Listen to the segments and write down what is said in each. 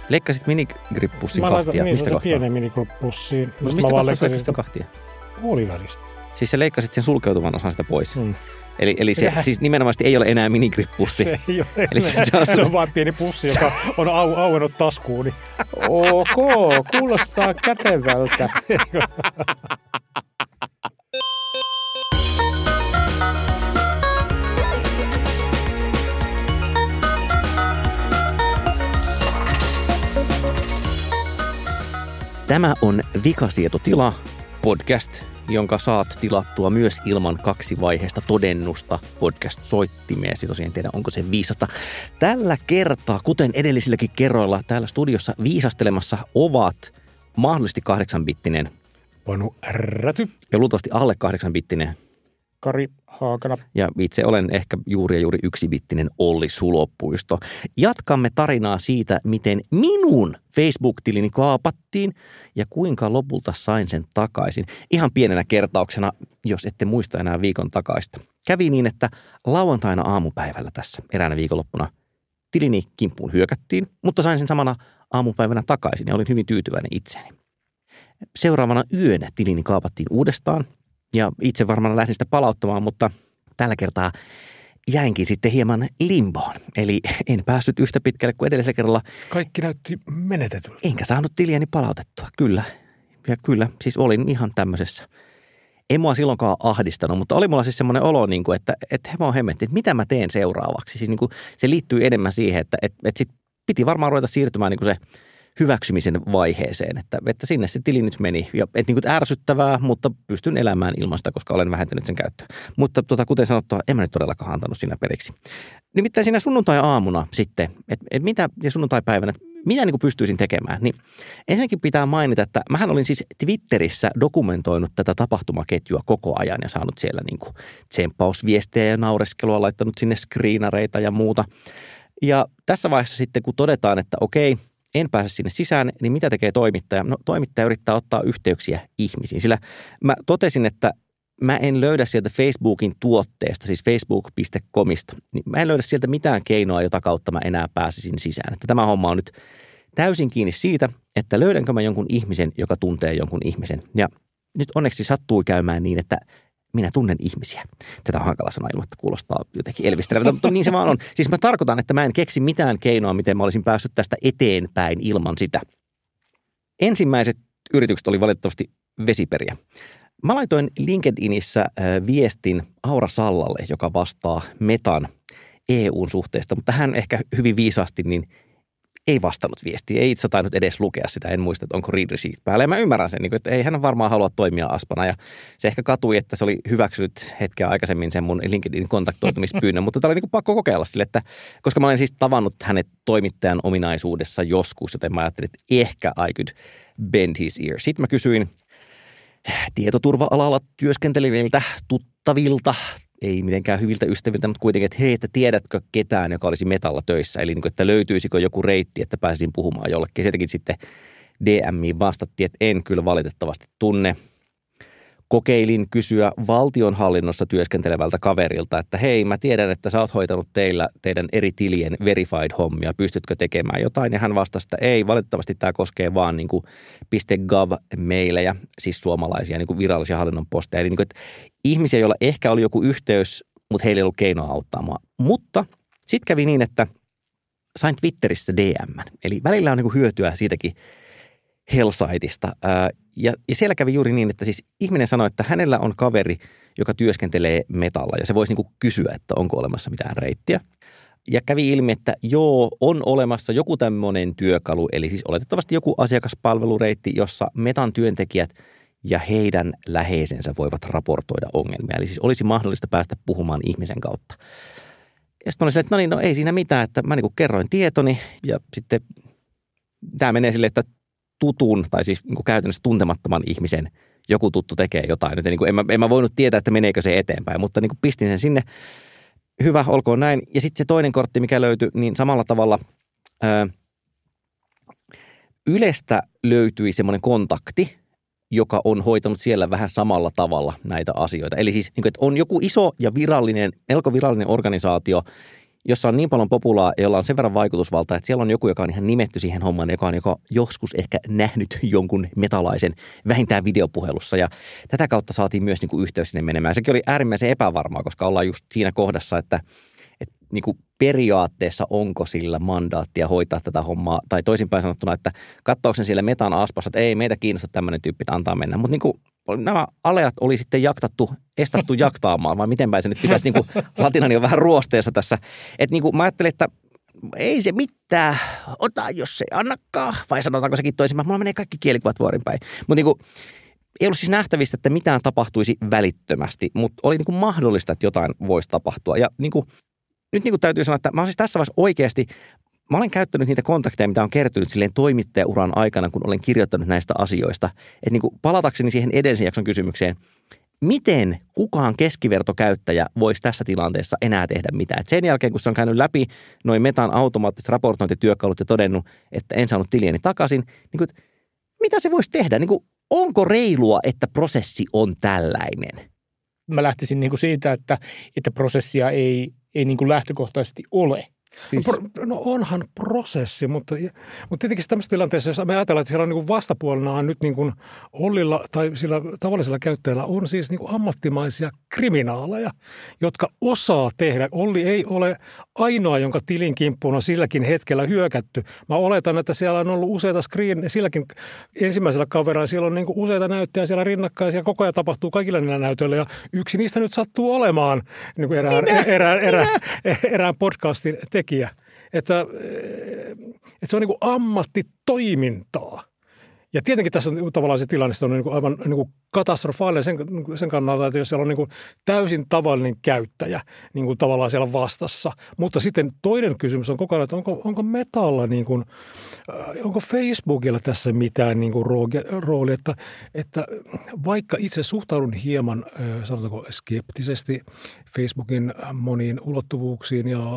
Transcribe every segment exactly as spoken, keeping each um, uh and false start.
Leikkasit minigrippussin Mä kahtia. laitan niin Mistä kohtaa? pienen minigripussiin. No, mistä kohtaa sä leikkasit kahtia? Puolivälistä. Siis sä leikkasit sen sulkeutuvan osan sitä pois. Hmm. Eli, eli se Lähe. siis nimenomaan ei ole enää minigrippussi. Se ei ole Eli enää. se, on, Se on vain pieni pussi, joka on au, auennut taskuuni. Ok, kuulostaa kätevältä. Tämä on Vikasietotila podcast, jonka saat tilattua myös ilman kaksivaiheista todennusta podcast-soittimea. Tosiaan en tiedä, onko se viisasta. Tällä kertaa, kuten edellisilläkin kerroilla, täällä studiossa viisastelemassa ovat mahdollisesti kahdeksanbittinen Panu Räty. ja luultavasti alle kahdeksanbittinen. Kari Haakana. Ja itse olen ehkä juuri ja juuri yksibittinen Olli Sulopuisto. Jatkamme tarinaa siitä, miten minun Facebook-tilini kaapattiin ja kuinka lopulta sain sen takaisin. Ihan pienenä kertauksena, jos ette muista enää viikon takaista. Kävi niin, että lauantaina aamupäivällä tässä eräänä viikonloppuna tilini kimppuun hyökättiin, mutta sain sen samana aamupäivänä takaisin ja olin hyvin tyytyväinen itseäni. Seuraavana yönä tilini kaapattiin uudestaan. Ja itse varmaan lähdin sitä palauttamaan, mutta tällä kertaa jäinkin sitten hieman limboon. Eli en päässyt yhtä pitkälle kuin edellisellä kerralla. Kaikki näytti menetetyllä. Enkä saanut tiliäni palautettua, kyllä. Ja kyllä, siis olin ihan tämmöisessä. Ei mua silloinkaan ahdistanut, mutta oli mulla siis semmoinen olo, niin kuin, että, että hemmo hemmetti, että mitä mä teen seuraavaksi. Siis niin kuin se liittyy enemmän siihen, että, että, että sit piti varmaan ruveta siirtymään niin kuin se hyväksymisen vaiheeseen, että, että sinne se tili nyt meni. Ja, että niin kuin ärsyttävää, mutta pystyn elämään ilman sitä, koska olen vähentänyt sen käyttöä. Mutta tota, kuten sanottua, en mä nyt todellakaan antanut siinä periksi. Nimittäin siinä sunnuntai-aamuna sitten, että et mitä, ja sunnuntai-päivänä, mitä niin kuin pystyisin tekemään, niin ensinnäkin pitää mainita, että mähän olin siis Twitterissä dokumentoinut tätä tapahtumaketjua koko ajan ja saanut siellä niin kuin tsemppausviestejä ja naureskelua, laittanut sinne screenareita ja muuta. Ja tässä vaiheessa sitten, kun todetaan, että okei, en pääse sinne sisään, niin mitä tekee toimittaja? No toimittaja yrittää ottaa yhteyksiä ihmisiin, sillä mä totesin, että mä en löydä sieltä Facebookin tuotteesta, siis facebook piste comista, niin mä en löydä sieltä mitään keinoa, jota kautta mä enää pääsisin sisään. Että tämä homma on nyt täysin kiinni siitä, että löydänkö mä jonkun ihmisen, joka tuntee jonkun ihmisen. Ja nyt onneksi sattui käymään niin, että minä tunnen ihmisiä. Tätä on hankala sanoa ilman, että kuulostaa jotenkin elvistelevältä, mutta niin se vaan on. Siis mä tarkoitan, että mä en keksi mitään keinoa, miten mä olisin päässyt tästä eteenpäin ilman sitä. Ensimmäiset yritykset oli valitettavasti vesiperiä. Mä laitoin LinkedInissä viestin Aura Sallalle, joka vastaa Metan E U:n suhteesta, mutta hän ehkä hyvin viisaasti niin ei vastannut viestiä, ei itse tainnut edes lukea sitä, en muista, että onko read receipt päällä. Ja mä ymmärrän sen, että ei hän varmaan halua toimia aspana ja se ehkä katui, että se oli hyväksynyt hetkeä aikaisemmin sen mun LinkedIn kontaktoitumispyynnön, mutta tämä oli niin pakko kokeilla sille, että koska mä olen siis tavannut hänet toimittajan ominaisuudessa joskus, joten mä ajattelin, että ehkä I could bend his ear. Sitten mä kysyin tietoturva-alalla työskenteleviltä, tuttavilta, ei mitenkään hyviltä ystäviltä, mutta kuitenkin, että hei, että tiedätkö ketään, joka olisi Metalla töissä? Eli että löytyisikö joku reitti, että pääsisin puhumaan jollekin. Sieltäkin sitten D M:iin vastattiin, että en kyllä valitettavasti tunne. Kokeilin kysyä valtionhallinnossa työskentelevältä kaverilta, että hei, mä tiedän, että sä oot hoitanut teillä teidän eri tilien verified-hommia, pystytkö tekemään jotain? Ja hän vastasi, että ei, valitettavasti tämä koskee vaan niin kuin .gov-meilejä, siis suomalaisia niin kuin virallisia hallinnon posteja. Eli niin kuin, että ihmisiä, joilla ehkä oli joku yhteys, mutta heillä ei ollut keinoa auttaa mua. Mutta sitten kävi niin, että sain Twitterissä D M. Eli välillä on niin kuin hyötyä siitäkin Hellsiteista. Ja, ja siellä kävi juuri niin, että siis ihminen sanoi, että hänellä on kaveri, joka työskentelee Metalla ja se voisi niin kuin kysyä, että onko olemassa mitään reittiä. Ja kävi ilmi, että joo, on olemassa joku tämmöinen työkalu, eli siis oletettavasti joku asiakaspalvelureitti, jossa Metan työntekijät ja heidän läheisensä voivat raportoida ongelmia. Eli siis olisi mahdollista päästä puhumaan ihmisen kautta. Ja sitten oli se, että no niin, no ei siinä mitään, että mä niin kuin kerroin tietoni ja sitten tämä menee silleen, että tutun tai siis niin kuin käytännössä tuntemattoman ihmisen joku tuttu tekee jotain. Nyt niin kuin en, mä, en mä voinut tietää, että meneekö se eteenpäin, mutta niin kuin pistin sen sinne. Hyvä, olkoon näin. Ja sitten se toinen kortti, mikä löytyi, niin samalla tavalla ää, Ylestä löytyi semmoinen kontakti, joka on hoitanut siellä vähän samalla tavalla näitä asioita. Eli siis, niin kuin, että on joku iso ja virallinen, melko virallinen organisaatio, jossa on niin paljon populaa, jolla on sen verran vaikutusvaltaa, että siellä on joku, joka on ihan nimetty siihen hommaan, joka on joka joskus ehkä nähnyt jonkun metalaisen vähintään videopuhelussa. Ja tätä kautta saatiin myös niin kuin yhteys sinne menemään. Sekin oli äärimmäisen epävarmaa, koska ollaan just siinä kohdassa, että, että niin kuin periaatteessa onko sillä mandaattia hoitaa tätä hommaa. Tai toisinpäin sanottuna, että katsoako sen siellä metan aspassa, että ei meitä kiinnosta tämmöinen tyyppi, että antaa mennä. Mutta niin kuin nämä aleat oli sitten jaktattu, estattu jaktaamaan, vai miten päin se nyt pitäisi, niin kuin latinani on vähän ruosteessa tässä. Että niin kuin mä ajattelin, että ei se mitään, ota jos se annakaan, vai sanotaanko sekin toisinpäin, mulla menee kaikki kielikuvat vuorinpäin. Mutta niin kuin ei ollut siis nähtävistä, että mitään tapahtuisi välittömästi, mutta oli niin kuin mahdollista, että jotain voisi tapahtua. Ja niin kuin, nyt niin kuin täytyy sanoa, että mä oon siis tässä vaiheessa oikeasti, mä olen käyttänyt niitä kontakteja, mitä on kertynyt silleen toimittajauran aikana, kun olen kirjoittanut näistä asioista. Että niin kuin palatakseni siihen edellisen jakson kysymykseen, miten kukaan keskivertokäyttäjä voisi tässä tilanteessa enää tehdä mitään? Et sen jälkeen, kun se on käynyt läpi noin metan automaattiset raportointityökalut ja todennut, että en saanut tilieni takaisin, niin kuin, mitä se voisi tehdä? Niin kuin, onko reilua, että prosessi on tällainen? Mä lähtisin niin kuin siitä, että, että prosessia ei, ei niin kuin lähtökohtaisesti ole. Siis... No, no onhan prosessi, mutta, mutta tietenkin tämmöisessä tilanteessa, jos me ajatellaan, että siellä on niin kuin vastapuolena on nyt niin kuin Ollilla tai sillä tavallisella käyttäjällä on siis niin kuin ammattimaisia kriminaaleja, jotka osaa tehdä. Olli ei ole ainoa, jonka tilin kimppuun on silläkin hetkellä hyökätty. Mä oletan, että siellä on ollut useita screen, silläkin ensimmäisellä kaverilla siellä on niin kuin useita näyttöjä siellä rinnakkain, siellä koko ajan tapahtuu kaikilla niillä näytöillä ja yksi niistä nyt sattuu olemaan niin kuin erään, erään, erään, erään podcastin tekijä. Että, että se on niin kuin ammattitoimintaa. Ja tietenkin tässä on tavallaan se tilanne, että on niin kuin aivan niin kuin katastrofaalinen sen, sen kannalta, että jos siellä on niin kuin täysin tavallinen käyttäjä niin kuin tavallaan siellä vastassa. Mutta sitten toinen kysymys on koko ajan, että onko, onko Metalla, niin kuin, onko Facebookilla tässä mitään niin kuin roolia, että, että vaikka itse suhtaudun hieman, sanotaanko skeptisesti Facebookin moniin ulottuvuuksiin ja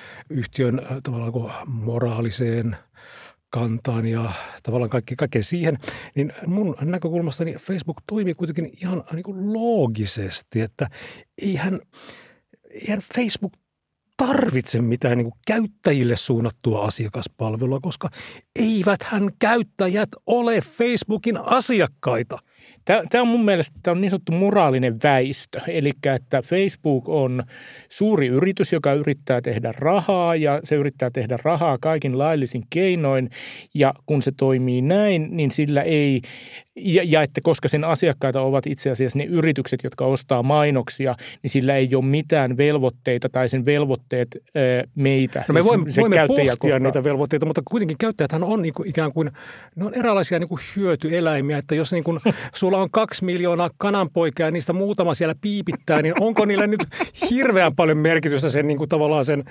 yhtiön tavallaan moraaliseen kantaan ja tavallaan kaikki, kaikkeen siihen, niin mun näkökulmastani Facebook toimii kuitenkin ihan niin kuin loogisesti, että eihän, eihän Facebook tarvitse mitään niin kuin käyttäjille suunnattua asiakaspalvelua, koska eiväthän käyttäjät ole Facebookin asiakkaita. Tämä on mun mielestä tämä on niin sanottu moraalinen väistö, eli että Facebook on suuri yritys, joka yrittää tehdä rahaa ja se yrittää tehdä rahaa kaikin laillisin keinoin ja kun se toimii näin, niin sillä ei, ja, ja että koska sen asiakkaita ovat itse asiassa ne yritykset, jotka ostaa mainoksia, niin sillä ei ole mitään velvoitteita tai sen velvoitteet ää, meitä. No me siis voimme, voimme pohtia kohtaa. niitä velvoitteita, mutta kuitenkin käyttäjäthän on niin kuin ikään kuin, ne on eräänlaisia niin kuin hyötyeläimiä, että jos niin kuin sulla on kaksi miljoonaa kananpoikaa ja niistä muutama siellä piipittää, niin onko niillä nyt hirveän paljon merkitystä sen niin kuin tavallaan sen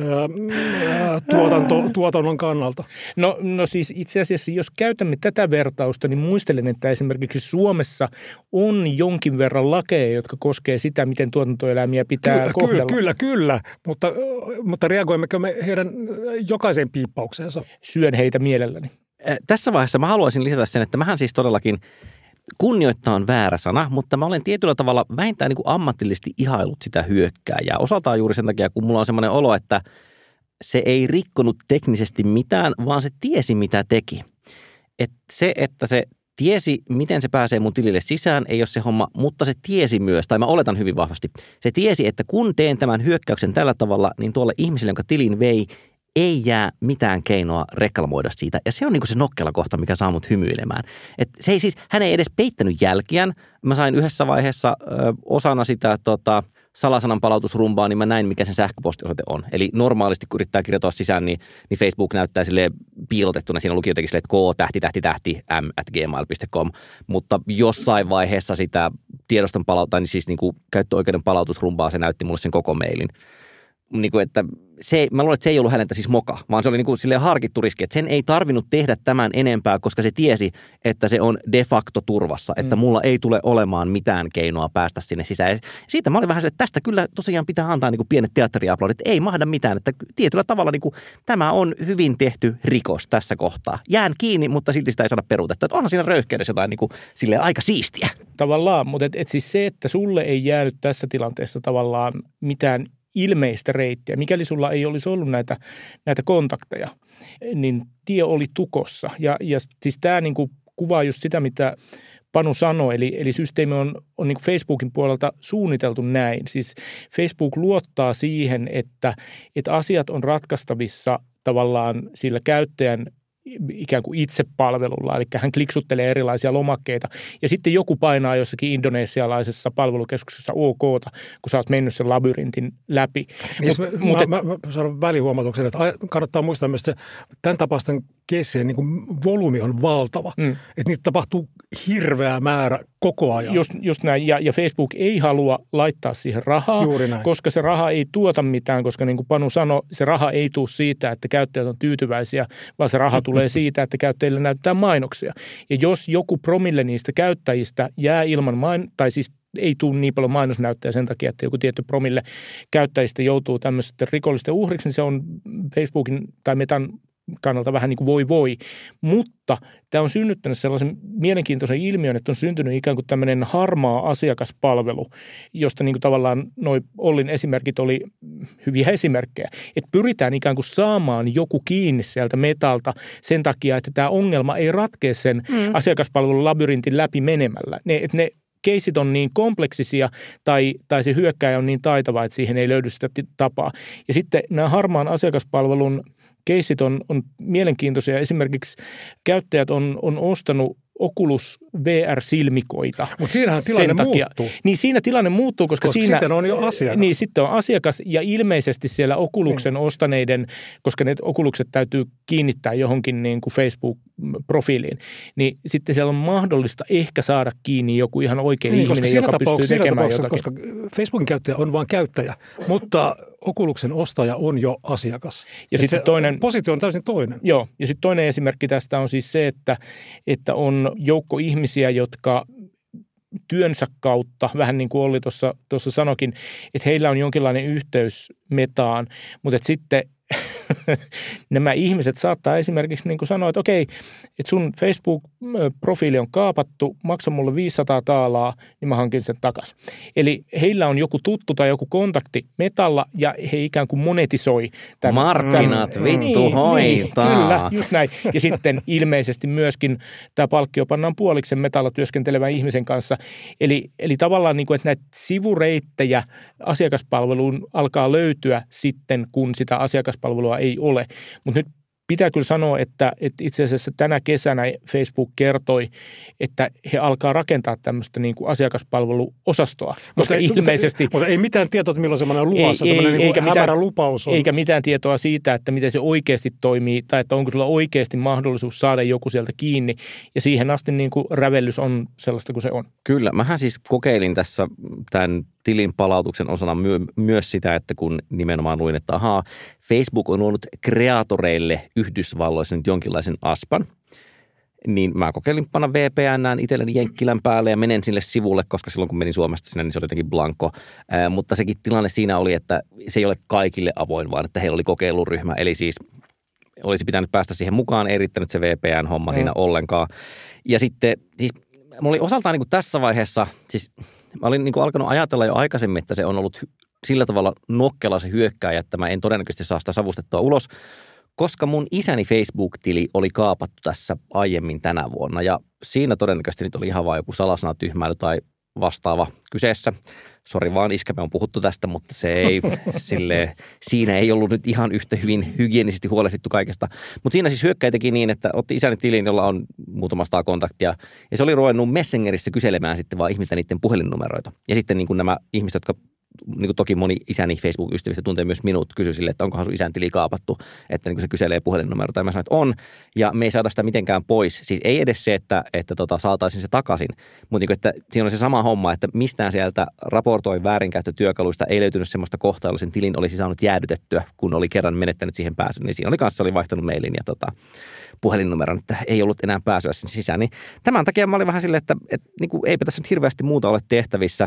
ää, tuotanto, tuotannon kannalta? No, no siis itse asiassa, jos käytämme tätä vertausta, niin muistelen, että esimerkiksi Suomessa on jonkin verran lakeja, jotka koskee sitä, miten tuotantoeläimiä pitää kyllä, kohdella. Kyllä, kyllä, kyllä, mutta, mutta reagoimmeko me heidän jokaiseen piippaukseensa? Syön heitä mielelläni. Tässä vaiheessa mä haluaisin lisätä sen, että mähän siis todellakin kunnioittaa on väärä sana, mutta mä olen tietyllä tavalla vähintään niin kuin ammatillisesti ihailut sitä hyökkääjää. Osaltaan juuri sen takia, kun mulla on semmoinen olo, että se ei rikkonut teknisesti mitään, vaan se tiesi, mitä teki. Et se, että se tiesi, miten se pääsee mun tilille sisään, ei ole se homma, mutta se tiesi myös, tai mä oletan hyvin vahvasti, se tiesi, että kun teen tämän hyökkäyksen tällä tavalla, niin tuolle ihmiselle, jonka tilin vei, ei jää mitään keinoa reklamoida siitä. Ja se on niin kuin se nokkela kohta, mikä saa mut hymyilemään. Et se ei siis, hän ei edes peittänyt jälkiään. Mä sain yhdessä vaiheessa ö, osana sitä tota, salasanan palautusrumbaa, niin mä näin, mikä sen sähköpostiosoite on. Eli normaalisti, kun yrittää kirjoittaa sisään, niin, niin Facebook näyttää silleen piilotettuna. Siinä luki jotenkin silleen, että k tähti tähti tähti m at gmail piste com. Mutta jossain vaiheessa sitä tiedoston palauttaa, niin siis niin kuin käyttöoikeuden palautusrumbaa, se näytti mulle sen koko mailin. Niin kuin, että se, mä luulen, että se ei ollut häneltä siis moka, vaan se oli niin kuin silleen harkittu riski, että sen ei tarvinnut tehdä tämän enempää, koska se tiesi, että se on de facto turvassa, että mm. mulla ei tule olemaan mitään keinoa päästä sinne sisään. Ja siitä mä olin vähän se, että tästä kyllä tosiaan pitää antaa niin kuin pienet teatteriaplodit, ei mahda mitään, että tietyllä tavalla niin kuin, tämä on hyvin tehty rikos tässä kohtaa. Jään kiinni, mutta silti sitä ei saada peruutettua. Että onhan siinä röyhkeydessä jotain niin kuin, silleen aika siistiä. Tavallaan, mutta et, et siis se, että sulle ei jäänyt tässä tilanteessa tavallaan mitään ilmeistä reittiä. Mikäli sulla ei olisi ollut näitä, näitä kontakteja, niin tie oli tukossa. Ja, ja siis tämä niin kuin kuvaa just sitä, mitä Panu sanoi, eli, eli systeemi on, on niin kuin Facebookin puolelta suunniteltu näin. Siis Facebook luottaa siihen, että, että asiat on ratkaistavissa tavallaan sillä käyttäjän ikään kuin itsepalvelulla, eli hän kliksuttelee erilaisia lomakkeita ja sitten joku painaa jossakin indonesialaisessa palvelukeskuksessa OKta, kun sä oot mennyt sen labyrintin läpi. Niin, mut, mä, mut, mä, mä, mä sanon välihuomautuksen, että kannattaa muistaa myös se, tämän tapaisten keissien niin kuin volyymi on valtava, mm. että niitä tapahtuu hirveä määrä koko ajan. Just, just näin, ja, ja Facebook ei halua laittaa siihen rahaa, koska se raha ei tuota mitään, koska niin kuin Panu sanoi, se raha ei tule siitä, että käyttäjät on tyytyväisiä, vaan se raha tulee siitä, että käyttäjille näyttää mainoksia. Ja jos joku promille niistä käyttäjistä jää ilman main, tai siis ei tule niin paljon mainosnäyttöjä sen takia, että joku tietty promille käyttäjistä joutuu tämmöisten rikollisten uhriksi, niin se on Facebookin tai Metan kannalta vähän niin kuin voi voi, mutta tämä on synnyttänyt sellaisen mielenkiintoisen ilmiön, että on syntynyt ikään kuin tämmöinen harmaa asiakaspalvelu, josta niin kuin tavallaan noi Ollin esimerkit oli hyviä esimerkkejä, että pyritään ikään kuin saamaan joku kiinni sieltä Metalta sen takia, että tämä ongelma ei ratkea sen mm. asiakaspalvelun labyrintin läpi menemällä. Ne, että ne keisit on niin kompleksisia tai, tai se hyökkääjä on niin taitava, että siihen ei löydy sitä tapaa. Ja sitten nämä harmaan asiakaspalvelun keisit on, on mielenkiintoisia. Esimerkiksi käyttäjät on, on ostanut Oculus V R-silmikoita. Mutta siinähän tilanne takia, muuttuu. Niin siinä tilanne muuttuu, koska, koska siinä... sitten on jo asiakas. Niin, sitten on asiakas ja ilmeisesti siellä Oculuksen niin. ostaneiden, koska ne Oculukset täytyy kiinnittää johonkin niin kuin Facebook-profiiliin, niin sitten siellä on mahdollista ehkä saada kiinni joku ihan oikein niin, ihminen, joka pystyy tekemään jotakin. Koska Facebookin käyttäjä on vain käyttäjä, mutta Oculuksen ostaja on jo asiakas. Ja sitten toinen... Positio on täysin toinen. Joo, ja sitten toinen esimerkki tästä on siis se, että, että on joukko ihmisiä, jotka työnsä kautta, vähän niin kuin Olli tuossa, tuossa sanokin, että heillä on jonkinlainen yhteys Metaan, mutta että sitten nämä ihmiset saattaa esimerkiksi niin kuin sanoa, että okei, että sun Facebook-profiili on kaapattu, maksa mulle viisisataa taalaa, niin mä hankin sen takaisin. Eli heillä on joku tuttu tai joku kontakti Metalla ja he ikään kuin monetisoi. Tämän, Markkinat tämän, vittu niin, hoitaa. Niin, kyllä, just näin. Ja sitten ilmeisesti myöskin tämä palkkio pannaan puoliksen Metalla työskentelevän ihmisen kanssa. Eli, eli tavallaan niin kuin, että näitä sivureittejä asiakaspalveluun alkaa löytyä sitten, kun sitä asiakaspalvelua ei ole. Mutta nyt pitää kyllä sanoa, että, että itse asiassa tänä kesänä Facebook kertoi, että he alkaa rakentaa tämmöistä niin kuin asiakaspalveluosastoa. Koska mutta, ilmeisesti... Mutta, mutta ei mitään tietoa, että milloin semmoinen luvassa, ei, semmoinen eikä niin hämärä mitään, lupaus on. Eikä mitään tietoa siitä, että miten se oikeasti toimii tai että onko sulla oikeasti mahdollisuus saada joku sieltä kiinni. Ja siihen asti niin kuin rävellys on sellaista kuin se on. Kyllä. Mähän siis kokeilin tässä tämän tilin palautuksen osana myö, myös sitä, että kun nimenomaan luin, että ahaa, Facebook on luonut kreatoreille Yhdysvalloissa nyt jonkinlaisen aspan, niin mä kokeilin panna V P N:ään itselleni Jenkkilän päälle ja menen sille sivulle, koska silloin kun menin Suomesta sinne, niin se oli jotenkin blanko. Ää, mutta sekin tilanne siinä oli, että se ei ole kaikille avoin, vaan että heillä oli kokeiluryhmä, eli siis olisi pitänyt päästä siihen mukaan, ei riittänyt se V P N-homma mm. siinä ollenkaan. Ja sitten siis mulla oli osaltaan niin kuin tässä vaiheessa, siis mä olin niin kuin alkanut ajatella jo aikaisemmin, että se on ollut sillä tavalla nokkela se hyökkääjä, että mä en todennäköisesti saa sitä savustettua ulos, koska mun isäni Facebook-tili oli kaapattu tässä aiemmin tänä vuonna ja siinä todennäköisesti nyt oli ihan vaan joku salasanatyhmäily tai vastaava kyseessä. Sori vaan, iskä, me on puhuttu tästä, mutta se ei, silleen, siinä ei ollut nyt ihan yhtä hyvin hygienisesti huolehdittu kaikesta. Mutta siinä siis hyökkäjä teki niin, että otti isäni tilin, jolla on muutama sata kontaktia, ja se oli ruvennut Messengerissä kyselemään sitten vaan ihmisten niiden puhelinnumeroita. Ja sitten niin kuin nämä ihmiset, jotka niin kuin toki moni isäni Facebook-ystävistä tuntee myös minut, kysyi sille, että onkohan sun isän tili kaapattu, että niin kuin se kyselee puhelinnumeroita. Ja mä sanoin, että on, ja me ei saada sitä mitenkään pois. Siis ei edes se, että, että tota, saataisiin se takaisin, mutta niin kuin, että siinä on se sama homma, että mistään sieltä raportoi väärinkäyttötyökaluista ei löytynyt semmoista kohtaa, jolla sen tilin olisi saanut jäädytettyä, kun oli kerran menettänyt siihen pääsyn. Niin siinä oli kanssa oli vaihtanut mailin ja tota, puhelinnumeron, että ei ollut enää pääsyä sinne sisään. Niin tämän takia mä olin vähän silleen, että, että niin kuin, eipä tässä nyt hirveästi muuta ole tehtävissä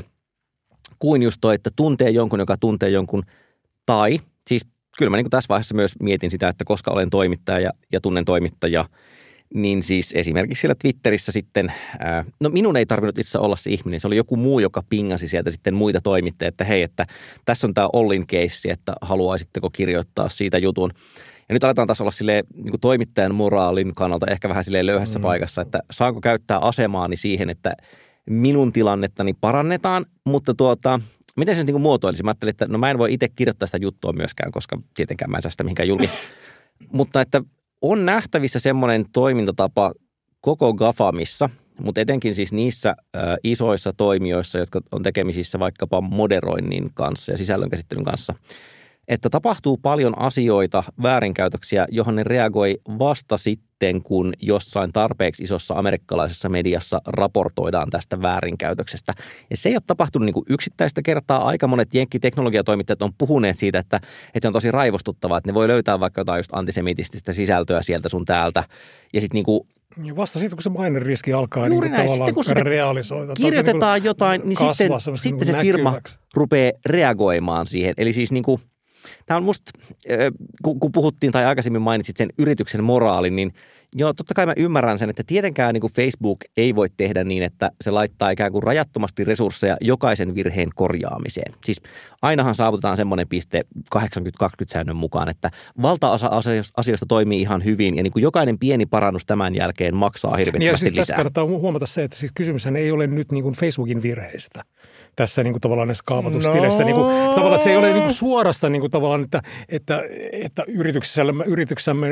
kuin just toi, että tuntee jonkun, joka tuntee jonkun, tai siis kyllä mä niin kuin tässä vaiheessa myös mietin sitä, että koska olen toimittaja ja, ja tunnen toimittajia, Niin siis esimerkiksi siellä Twitterissä sitten, ää, no minun ei tarvinnut itse olla se ihminen, se oli joku muu, joka pingasi sieltä sitten muita toimittajia, että hei, että tässä on tämä Ollin keissi, että haluaisitteko kirjoittaa siitä jutun. Ja nyt aletaan taas olla silleen, niin kuin toimittajan moraalin kannalta ehkä vähän silleen löyhässä mm. paikassa, että saanko käyttää asemaani siihen, että minun tilannettani parannetaan, mutta tuota, miten se niin kuin muotoilisi? Mä ajattelin, että no mä en voi itse kirjoittaa sitä juttua myöskään, koska tietenkään mä en saa sitä mihinkään julki. Mutta että on nähtävissä semmoinen toimintatapa koko GAFAMissa, mutta etenkin siis niissä äh, isoissa toimijoissa, jotka on tekemisissä vaikkapa moderoinnin kanssa ja sisällönkäsittelyn kanssa, että tapahtuu paljon asioita, väärinkäytöksiä, johon ne reagoi vasta sitten, kun jossain tarpeeksi isossa amerikkalaisessa mediassa raportoidaan tästä väärinkäytöksestä. Ja se ei ole tapahtunut niin kuin yksittäistä kertaa. Aika monet jenkkiteknologiatoimittajat on puhuneet siitä, että, että se on tosi raivostuttavaa, että ne voi löytää vaikka jotain just antisemitististä sisältöä sieltä sun täältä. Ja sitten niin kuin vasta sitten, kun se maineriski alkaa niin näin, tavallaan sitten, realisoida. Kirjoitetaan niin jotain, niin sitten, sitten niin se firma näkyväksi. Rupeaa reagoimaan siihen. Eli siis niin kuin tämä on musta, kun puhuttiin tai aikaisemmin mainitsit sen yrityksen moraalin, niin joo, totta kai mä ymmärrän sen, että tietenkään niin kuin Facebook ei voi tehdä niin, että se laittaa ikään kuin rajattomasti resursseja jokaisen virheen korjaamiseen. Siis ainahan saavutetaan semmoinen piste kahdeksankymmentä kaksikymmentä säännön mukaan, että valtaosa asioista toimii ihan hyvin ja niin kuin jokainen pieni parannus tämän jälkeen maksaa hirveästi niin ja siis lisää. Tässä kannattaa huomata se, että siis kysymyshän ei ole nyt niin kuin Facebookin virheistä. Tässä niin kuin tavallaan näissä kaavatustileissä. No. Niin kuin, tavallaan, että se ei ole niin kuin suorasta niin kuin tavallaan, että, että, että yrityksessämme, yrityksessämme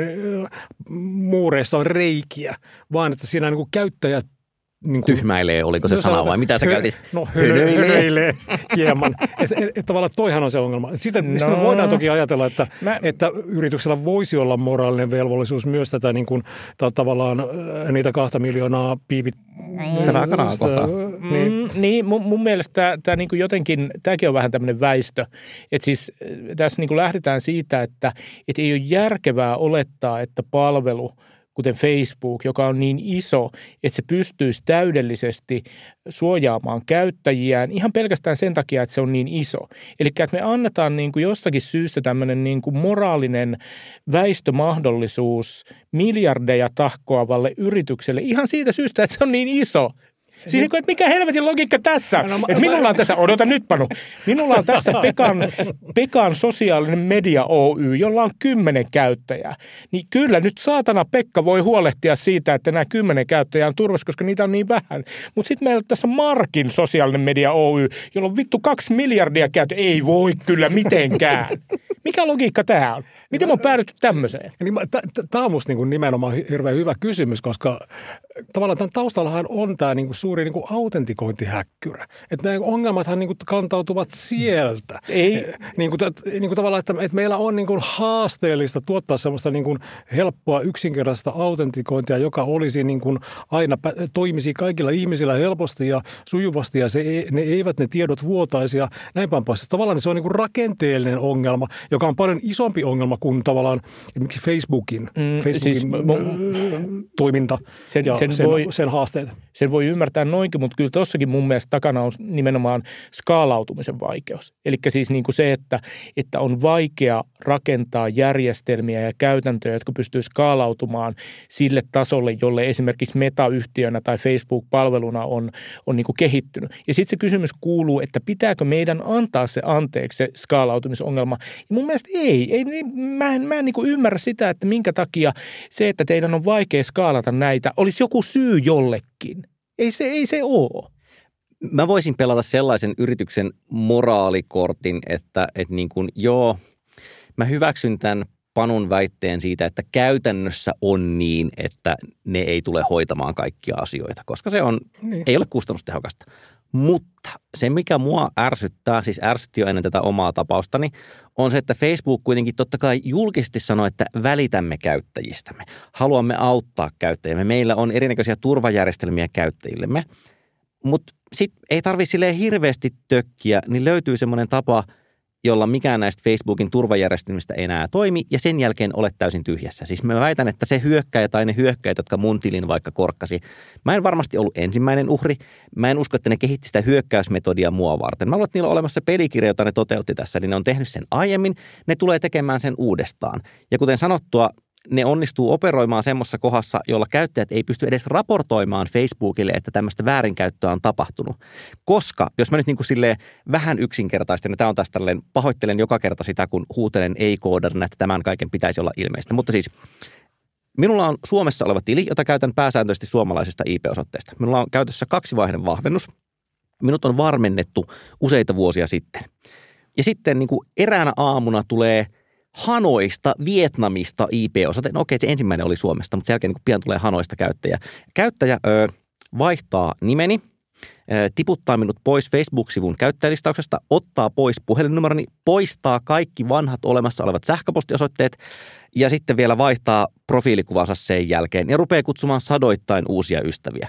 muureissa on reikiä, vaan että siinä niin kuin käyttäjät niin kuin, tyhmäilee, oliko se no, sana vai mitä sä käytit? No hönöilee, hönöilee hieman. Että et, et, tavallaan toihan on se ongelma. Sitten no. Sitten voidaan toki ajatella, että, Mä... että yrityksellä voisi olla moraalinen velvollisuus myös tätä niin kuin, ta, tavallaan niitä kahta miljoonaa piipit. Tämä kanaa kohtaa. Niin, mm, niin mun, mun mielestä tämä niin kuin jotenkin, tämäkin on vähän tämmöinen väistö. Että siis tässä niin kuin lähdetään siitä, että et ei ole järkevää olettaa, että palvelu kuten Facebook, joka on niin iso, että se pystyisi täydellisesti suojaamaan käyttäjiään ihan pelkästään sen takia, että se on niin iso. Eli että me annetaan niin kuin jostakin syystä tämmöinen niin kuin moraalinen väistömahdollisuus miljardeja tahkoavalle yritykselle ihan siitä syystä, että se on niin iso. Siis niin kuin, että mikä helvetin logiikka tässä on? Että minulla on tässä, odota nyt Panu, minulla on tässä Pekan, Pekan sosiaalinen media Oy, jolla on kymmenen käyttäjää. Niin kyllä nyt saatana Pekka voi huolehtia siitä, että nämä kymmenen käyttäjää on turvassa, koska niitä on niin vähän. Mutta sitten meillä on tässä Markin sosiaalinen media Oy, jolla on vittu kaksi miljardia käyttäjää. Ei voi kyllä mitenkään. Mikä logiikka tämä on? Miten me on päädytty tämmöiseen? Tämä on musta niin kuin nimenomaan hirveän hyvä kysymys, koska tavallaan tämän taustallahan on tämä niin kuin suuri niin kuin autentikointihäkkyrä. Että nämä ongelmathan niin kuin kantautuvat sieltä. Ei. Niin kuin, niin kuin tavallaan, että, että meillä on niin kuin haasteellista tuottaa semmoista niin kuin helppoa yksinkertaista autentikointia, joka olisi niin kuin aina toimisi kaikilla ihmisillä helposti ja sujuvasti ja se ei, ne eivät ne tiedot vuotaisi ja näin päin pois. Tavallaan se on niin kuin rakenteellinen ongelma, joka on paljon isompi ongelma kuin tavallaan esimerkiksi Facebookin, mm, Facebookin siis, toiminta sen, ja sen, sen, voi, sen haasteet. Sen voi ymmärtää noinkin, mutta kyllä tuossakin mun mielestä takana on nimenomaan skaalautumisen vaikeus. Eli siis niin kuin se, että, että on vaikea rakentaa järjestelmiä ja käytäntöjä, jotka pystyy skaalautumaan sille tasolle, jolle esimerkiksi Meta-yhtiönä tai Facebook-palveluna on, on niin kuin kehittynyt. Ja sitten se kysymys kuuluu, että pitääkö meidän antaa se anteeksi se skaalautumisongelma. Ja mun mielestä ei. ei mä en, mä en niin kuin ymmärrä sitä, että minkä takia se, että teidän on vaikea skaalata näitä, olisi joku syy jollekin. Ei se, ei se ole. Mä voisin pelata sellaisen yrityksen moraalikortin, että, että niin kuin, joo, mä hyväksyn tämän Panun väitteen siitä, että käytännössä on niin, että ne ei tule hoitamaan kaikkia asioita, koska se on, niin. ei ole kustannustehokasta. Mutta se, mikä mua ärsyttää, siis ärsytti jo ennen tätä omaa tapaustani, on se, että Facebook kuitenkin totta kai julkisesti sanoo, että välitämme käyttäjistämme. Haluamme auttaa käyttäjiämme. Meillä on erinäköisiä turvajärjestelmiä käyttäjillemme, mutta sitten ei tarvitse silleen hirveästi tökkiä, niin löytyy semmoinen tapa, jolla mikään näistä Facebookin turvajärjestelmistä ei enää toimi ja sen jälkeen olet täysin tyhjässä. Siis mä väitän, että se hyökkäjä tai ne hyökkäjät, jotka mun tilin vaikka korkkasi, mä en varmasti ollut ensimmäinen uhri. Mä en usko, että ne kehitti sitä hyökkäysmetodia mua varten. Mä luulen, että niillä on olemassa pelikirja, jota ne toteutti tässä, niin ne on tehnyt sen aiemmin. Ne tulee tekemään sen uudestaan. Ja kuten sanottua, ne onnistuu operoimaan semmoisessa kohdassa, jolla käyttäjät ei pysty edes raportoimaan Facebookille, että tämmöistä väärinkäyttöä on tapahtunut. Koska, jos mä nyt niin kuin silleen vähän yksinkertaisesti, ja tämä on taas tällainen, pahoittelen joka kerta sitä, kun huutelen ei-koodarina, että tämän kaiken pitäisi olla ilmeistä. Mutta siis minulla on Suomessa oleva tili, jota käytän pääsääntöisesti suomalaisesta I P-osoitteesta. Minulla on käytössä kaksivaiheinen vahvennus. Minut on varmennettu useita vuosia sitten. Ja sitten niin kuin eräänä aamuna tulee Hanoista, Vietnamista I P-osoite. No okei, se ensimmäinen oli Suomesta, mutta sen jälkeen niin pian tulee Hanoista käyttäjä. Käyttäjä ö, vaihtaa nimeni, ö, tiputtaa minut pois Facebook-sivun käyttäjälistauksesta, ottaa pois puhelinnumeroni, poistaa kaikki vanhat olemassa olevat sähköpostiosoitteet ja sitten vielä vaihtaa profiilikuvansa sen jälkeen ja rupeaa kutsumaan sadoittain uusia ystäviä.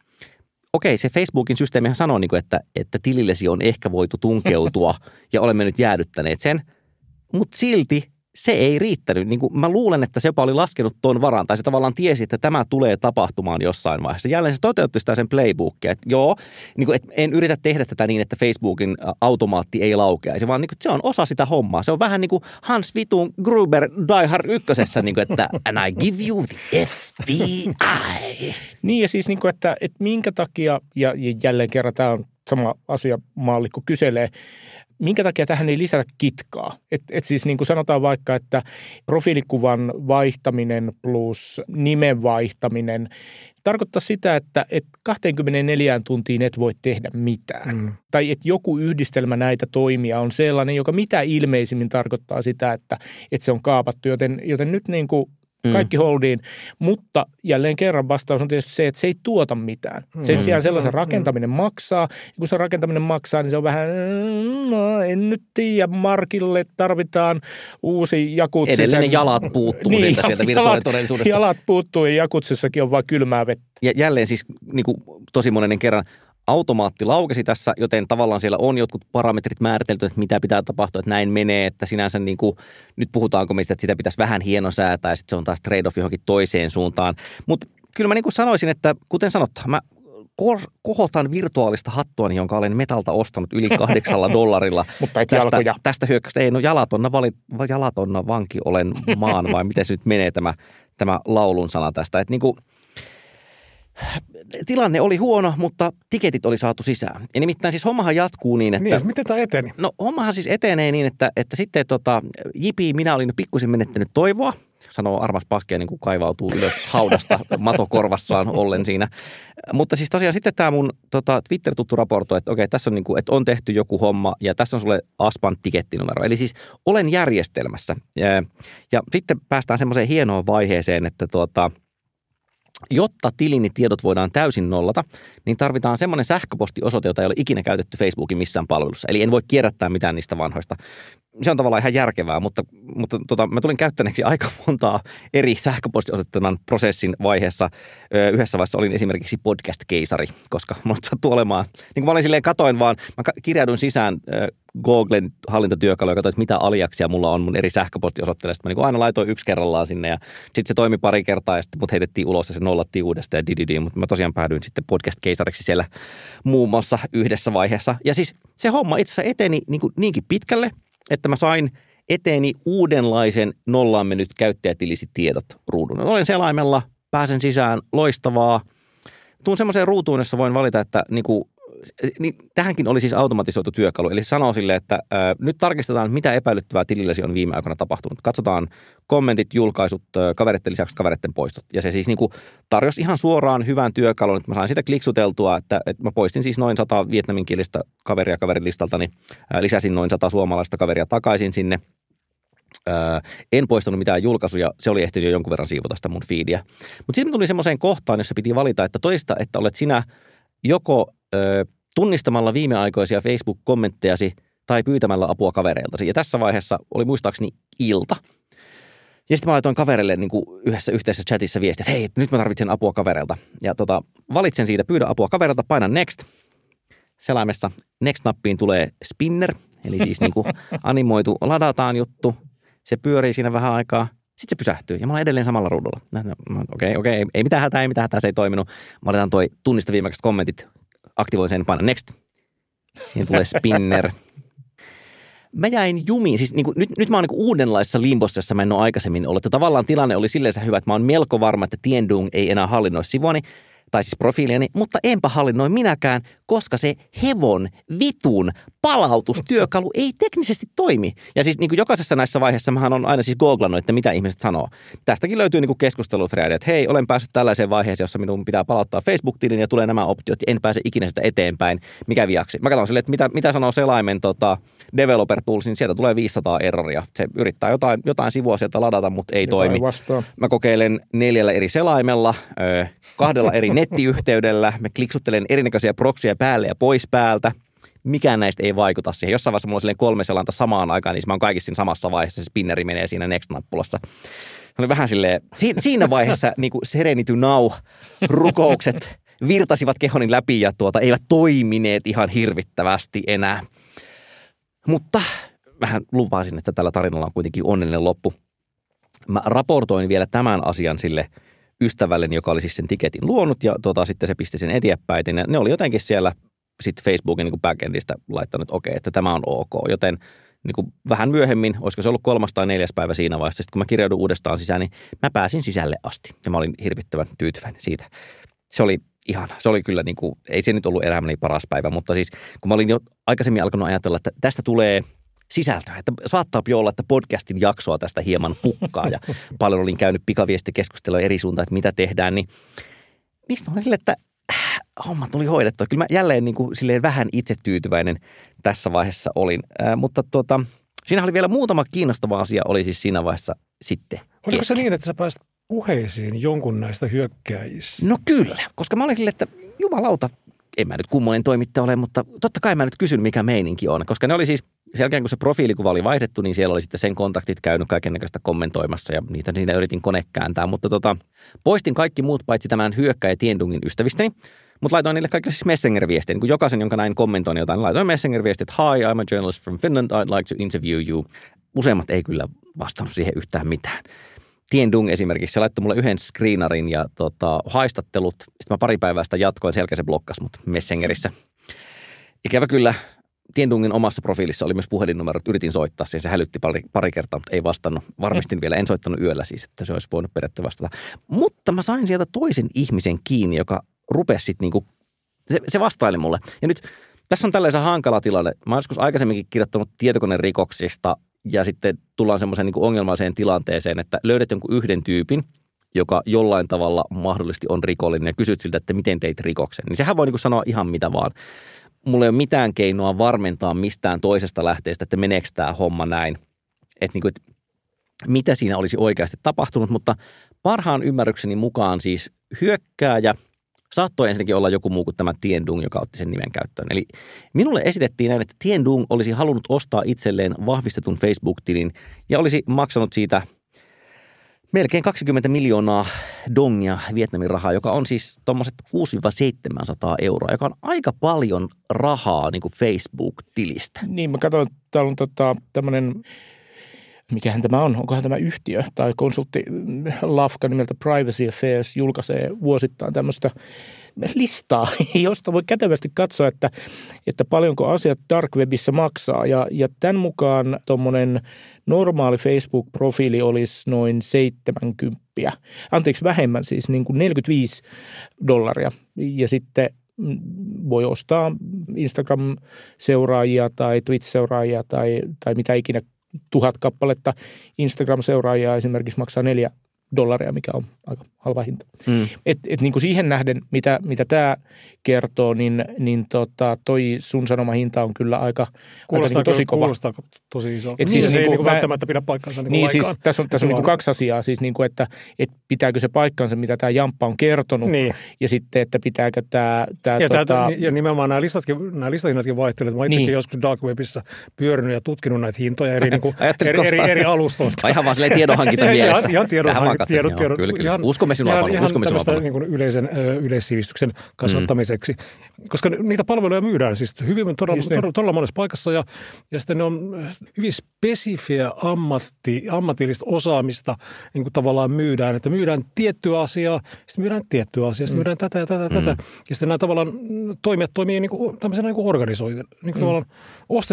Okei, se Facebookin systeemihän sanoo, että, että tilillesi on ehkä voitu tunkeutua ja olemme nyt jäädyttäneet sen, mutta silti se ei riittänyt. Niin kuin mä luulen, että se jopa oli laskenut tuon varaan, tai se tavallaan tiesi, että tämä tulee tapahtumaan jossain vaiheessa. Jälleen se toteutti sitä sen playbookia, että joo, niin kuin, että en yritä tehdä tätä niin, että Facebookin automaatti ei laukeaisi, vaan niin kuin, se on osa sitä hommaa. Se on vähän niin kuin Hans Vitun Gruber Die Hard ykkösessä, niin kuin, että and I give you the F B I. Niin ja siis, niin kuin, että, että minkä takia, ja jälleen kerran tämä on sama asia maallikko kyselee, minkä takia tähän ei lisätä kitkaa? Että et siis niin kuin sanotaan vaikka, että profiilikuvan vaihtaminen plus nimen vaihtaminen tarkoittaa sitä, että et kaksikymmentäneljä tuntiin et voi tehdä mitään. Mm. Tai että joku yhdistelmä näitä toimia on sellainen, joka mitä ilmeisimmin tarkoittaa sitä, että, että se on kaapattu. Joten, joten nyt niin kuin kaikki holdiin, mutta jälleen kerran vastaus on tietysti se, että se ei tuota mitään. Sen sijaan sellaisen rakentaminen maksaa, ja kun se rakentaminen maksaa, niin se on vähän, no en nyt tiedä, Markille tarvitaan uusi Jakutsisen. Edelleen ne jalat puuttuu niin, sieltä, sieltä virtuaalitodellisuudesta. Jalat puuttuu ja Jakutsissakin on vain kylmää vettä. Ja jälleen siis niin kuin tosi monennen kerran, automaatti laukesi tässä, joten tavallaan siellä on jotkut parametrit määritelty, että mitä pitää tapahtua, että näin menee, että sinänsä niin kuin, nyt puhutaanko mistä, että sitä pitäisi vähän hienosäätää ja sitten se on taas trade-off johonkin toiseen suuntaan. Mutta kyllä mä niin kuin sanoisin, että kuten sanottu, mä kohotan virtuaalista hattuani, jonka olen Metalta ostanut yli kahdeksalla dollarilla. Mutta et tästä, jalkoja. Tästä hyökkäystä. Ei, no jalatonna, vali, jalatonna vanki olen maan, vai miten se nyt menee tämä, tämä laulun sana tästä, että niin kuin tilanne oli huono, mutta tiketit oli saatu sisään. Ja nimittäin siis hommahan jatkuu niin, että... Niin, miten tämä eteni? No hommahan siis etenee niin, että, että sitten tota, jipi, minä olin pikkusen menettänyt toivoa, sanoo armas paskia, niin kuin kaivautuu ylös haudasta matokorvassaan ollen siinä. Mutta siis tosiaan sitten tämä mun tota, Twitter-tuttu raportoi, että okei, tässä on, niin kuin, että on tehty joku homma ja tässä on sulle Aspan tikettinumero. Eli siis olen järjestelmässä. Ja, ja sitten päästään semmoiseen hienoon vaiheeseen, että tuota... Jotta tilini tiedot voidaan täysin nollata, niin tarvitaan semmoinen sähköpostiosoite, jota ei ole ikinä käytetty Facebookin missään palvelussa. Eli en voi kierrättää mitään niistä vanhoista. Se on tavallaan ihan järkevää, mutta, mutta tota, mä tulin käyttäneeksi aika montaa eri sähköpostiosoitetta tämän prosessin vaiheessa. Yhdessä vaiheessa olin esimerkiksi podcast-keisari, koska mulla sattuu olemaan, niin kuin mä olin silleen katoin vaan, mä kirjaudun sisään Googlen hallintatyökalu ja katsoin, että mitä aliaksia mulla on mun eri sähköpostiosoitteille. Sitten mä niin aina laitoin yksi kerrallaan sinne ja sitten se toimi pari kertaa ja sitten mut heitettiin ulos ja se nollattiin uudestaan ja dididi. Mutta mä tosiaan päädyin sitten podcast-keisariksi siellä muun muassa yhdessä vaiheessa. Ja siis se homma itse asiassa eteni niin kuin niinkin pitkälle, että mä sain eteeni uudenlaisen nollaan mennyt käyttäjätilisi tiedot ruudun. Olen selaimella, pääsen sisään, loistavaa. Tuun semmoiseen ruutuun, jossa voin valita, että niin kuin, niin tähänkin oli siis automatisoitu työkalu. Eli se sanoo sille, että ää, nyt tarkistetaan, mitä epäilyttävää tililläsi on viime aikoina tapahtunut. Katsotaan kommentit, julkaisut, kavereiden lisäksi kavereiden poistot. Ja se siis niin kuin tarjosi ihan suoraan hyvän työkalun, että mä sain sitä kliksuteltua, että, että mä poistin siis noin sata vietnaminkielistä kaveria kaverin listaltani, ää, lisäsin noin sata suomalaista kaveria takaisin sinne. Öö, en poistanut mitään julkaisuja, se oli ehtinyt jo jonkun verran siivota sitä mun feedia. Mutta sitten tuli semmoiseen kohtaan, jossa piti valita, että toista, että olet sinä joko öö, tunnistamalla viimeaikoisia Facebook-kommenttejasi tai pyytämällä apua kavereiltasi. Ja tässä vaiheessa oli muistaakseni ilta. Ja sitten mä laitoin kaverille niin kuin yhdessä yhteisessä chatissa viesti, että hei, nyt mä tarvitsen apua kavereilta. Ja tota, valitsen siitä, pyydä apua kavereilta, painan next. Selaimessa next-nappiin tulee spinner, eli siis niin kuin animoitu ladataan juttu. Se pyörii siinä vähän aikaa. Sitten se pysähtyy ja mä olen edelleen samalla ruudulla. Okei, okei, ei, ei mitään hätää, ei mitään hätää, se ei toiminut. Mä otetaan toi tunnista viimeaikaiset kommentit, aktivoin sen, painan next. Siihen tulee spinner. mä jäin jumiin. Siis niin kuin, nyt, nyt mä oon niin kuin uudenlaisessa limbossa, jossa mä en ole aikaisemmin ollut. Ja tavallaan tilanne oli silleen hyvä, että mä oon melko varma, että Tiendung ei enää hallinnoi sivuani, tai siis profiiliani, mutta enpä hallinnoi minäkään, koska se hevon, vitun palautustyökalu ei teknisesti toimi. Ja siis niin kuin jokaisessa näissä vaiheissa mähän on aina siis googlannut, että mitä ihmiset sanoo. Tästäkin löytyy niin kuin keskusteluthreadia, että hei, olen päässyt tällaiseen vaiheeseen, jossa minun pitää palauttaa Facebook-tilin ja tulee nämä optiot ja en pääse ikinä sitä eteenpäin. Mikä viaksi? Mä katson silleen, että mitä, mitä sanoo selaimen tota, developer tools, niin sieltä tulee viisisataa erroria. Se yrittää jotain, jotain sivua sieltä ladata, mutta ei Joka toimi. Ei Mä kokeilen neljällä eri selaimella, öö, kahdella eri nettiyhteydellä. Mä kliksuttelen erinäköisiä proksia päälle ja pois päältä. Mikään näistä ei vaikuta siihen. Jossain vaiheessa mulla on silleen kolme selanta samaan aikaan, niin mä oon kaikissa siinä samassa vaiheessa. Se spinneri menee siinä next-nappulassa. Se oli vähän silleen, siinä vaiheessa niin kuin Serenity Now-rukoukset virtasivat kehonin läpi ja tuota, eivät toimineet ihan hirvittävästi enää. Mutta vähän lupasin, että tällä tarinalla on kuitenkin onnellinen loppu. Mä raportoin vielä tämän asian sille ystävälleni, joka oli siis sen tiketin luonut ja tuota, sitten se pisti sen eteenpäin. Ja ne oli jotenkin siellä sitten Facebookin niin backendistä laittanut, okei, okay, että tämä on ok. Joten niin kuin vähän myöhemmin, olisiko se ollut kolmas tai neljäs päivä siinä vaiheessa, sitten kun mä kirjaudun uudestaan sisään, niin mä pääsin sisälle asti. Ja mä olin hirvittävän tyytyväinen siitä. Se oli ihana. Se oli kyllä, niin kuin, ei se nyt ollut elämäni paras päivä, mutta siis kun mä olin jo aikaisemmin alkanut ajatella, että tästä tulee sisältöä, että saattaa olla, että podcastin jaksoa tästä hieman pukkaa ja paljon olin käynyt pikaviestikeskustelua eri suuntaan, että mitä tehdään, niin niistä oli sille, että homma tuli hoidettua. Kyllä mä jälleen niin kuin silleen vähän itsetyytyväinen tässä vaiheessa olin, äh, mutta tuota, siinä oli vielä muutama kiinnostava asia, oli siis siinä vaiheessa sitten Oliko kesken. Se niin, että sä pääsit puheisiin jonkun näistä hyökkääjistä? No kyllä, koska mä olin silleen, että jumalauta, en mä nyt kummonen toimittaja ole, mutta totta kai mä nyt kysyn, mikä meininki on, koska ne oli siis sen jälkeen, kun se profiilikuva oli vaihdettu, niin siellä oli sitten sen kontaktit käynyt kaikennäköistä kommentoimassa ja niitä, niitä yritin kone kääntää. Mutta tota, poistin kaikki muut paitsi tämän hyökkäjä Tiendungin ystävistäni, mutta laitoin niille kaikille siis Messenger-viestiä. Niin kuin jokaisen, jonka näin kommentoin jotain, niin laitoin Messenger-viestiä, että hi, I'm a journalist from Finland, I'd like to interview you. Useimmat ei kyllä vastannut siihen yhtään mitään. Tiendung esimerkiksi, se laittoi mulle yhden screenarin ja tota, haistattelut. Sitten mä pari päivää sitä jatkoin, selkeä se blokkasi mut Messengerissä. Ikävä kyllä. Tiendungin omassa profiilissa oli myös puhelinnumero, että yritin soittaa siihen. Se hälytti pari, pari kertaa, mutta ei vastannut. Varmistin vielä, en soittanut yöllä siis, että se olisi voinut periaatteessa vastata. Mutta mä sain sieltä toisen ihmisen kiinni, joka rupesi sitten niinku, se, se vastaili mulle. Ja nyt tässä on tällaisen hankala tilanne. Mä oon joskus aikaisemminkin kirjoittanut tietokonerikoksista ja sitten tullaan semmoiseen niinku ongelmalliseen tilanteeseen, että löydät jonkun yhden tyypin, joka jollain tavalla mahdollisesti on rikollinen ja kysyt siltä, että miten teit rikoksen. Niin sehän voi niinku sanoa ihan mitä vaan. Mulla ei ole mitään keinoa varmentaa mistään toisesta lähteestä, että meneekö tämä homma näin. Että niinku, et mitä siinä olisi oikeasti tapahtunut, mutta parhaan ymmärrykseni mukaan siis hyökkääjä saattoi ensinnäkin olla joku muu kuin tämä Tiendung, joka otti sen nimen käyttöön. Eli minulle esitettiin näin, että Tiendung olisi halunnut ostaa itselleen vahvistetun Facebook-tilin ja olisi maksanut siitä melkein kaksikymmentä miljoonaa dongia Vietnamin rahaa, joka on siis tuommoiset kuusi seitsemänsataa euroa, joka on aika paljon rahaa niin kuin Facebook-tilistä. Niin, mä katsoin, että täällä on tota, tämmöinen, mikähän tämä on, onkohan tämä yhtiö tai konsulttilafka nimeltä Privacy Affairs julkaisee vuosittain tämmöistä listaa, josta voi kätevästi katsoa, että, että paljonko asiat dark webissä maksaa. Ja, ja tämän mukaan tuommoinen normaali Facebook-profiili olisi noin seitsemänkymmentä, anteeksi vähemmän siis niin kuin neljäkymmentäviisi dollaria. Ja sitten voi ostaa Instagram-seuraajia tai Twitch-seuraajia tai, tai mitä ikinä tuhat kappaletta Instagram-seuraajia esimerkiksi maksaa neljä dollaria, mikä on aika halva hinta. Mm. Et, et niin kuin siihen nähden, mitä, mitä tämä kertoo, niin, niin tota, toi sun sanoma hinta on kyllä aika, aika niin tosi kova. Kuulostaa tosi iso. Et niin, siis se niin ei niin mä, välttämättä pidä paikkansa niin niin siis tässä on, tässä on niin kuin kaksi asiaa, siis niin kuin, että, että pitääkö se paikkansa, mitä tämä Jamppa on kertonut, niin. Ja sitten, että pitääkö tämä... tämä ja, tota... tämä, ja nimenomaan nämä, listatkin, nämä listahinnatkin vaihtelevat. Mä oon niin. joskus dark webissa pyörinyt ja tutkinut näitä hintoja eri, niin kuin, eri, eri, eri alustoilta. Vai ihan vaan silleen tiedonhankinta mielessä. Ihan tiedonhankinta. Tiedot, tiedot, kyllä, kyllä. Uskomme sinua paljon. Uskomme sinua paljon. Niin yleisen yleissivistyksen kasvattamiseksi. Mm. Koska niitä palveluja myydään siis hyvin todella, todella, todella monessa paikassa ja, ja sitten ne on hyvin spesifiä ammatti, ammatillista osaamista niin kuin tavallaan myydään. Että myydään tiettyä asiaa, sitten myydään tiettyä asiaa, sitten mm. myydään tätä ja tätä ja mm. tätä. Ja sitten nämä tavallaan toimijat toimii niin kuin, tämmöisenä niin kuin organisoiden. Niin kuin mm. tavallaan ostetaan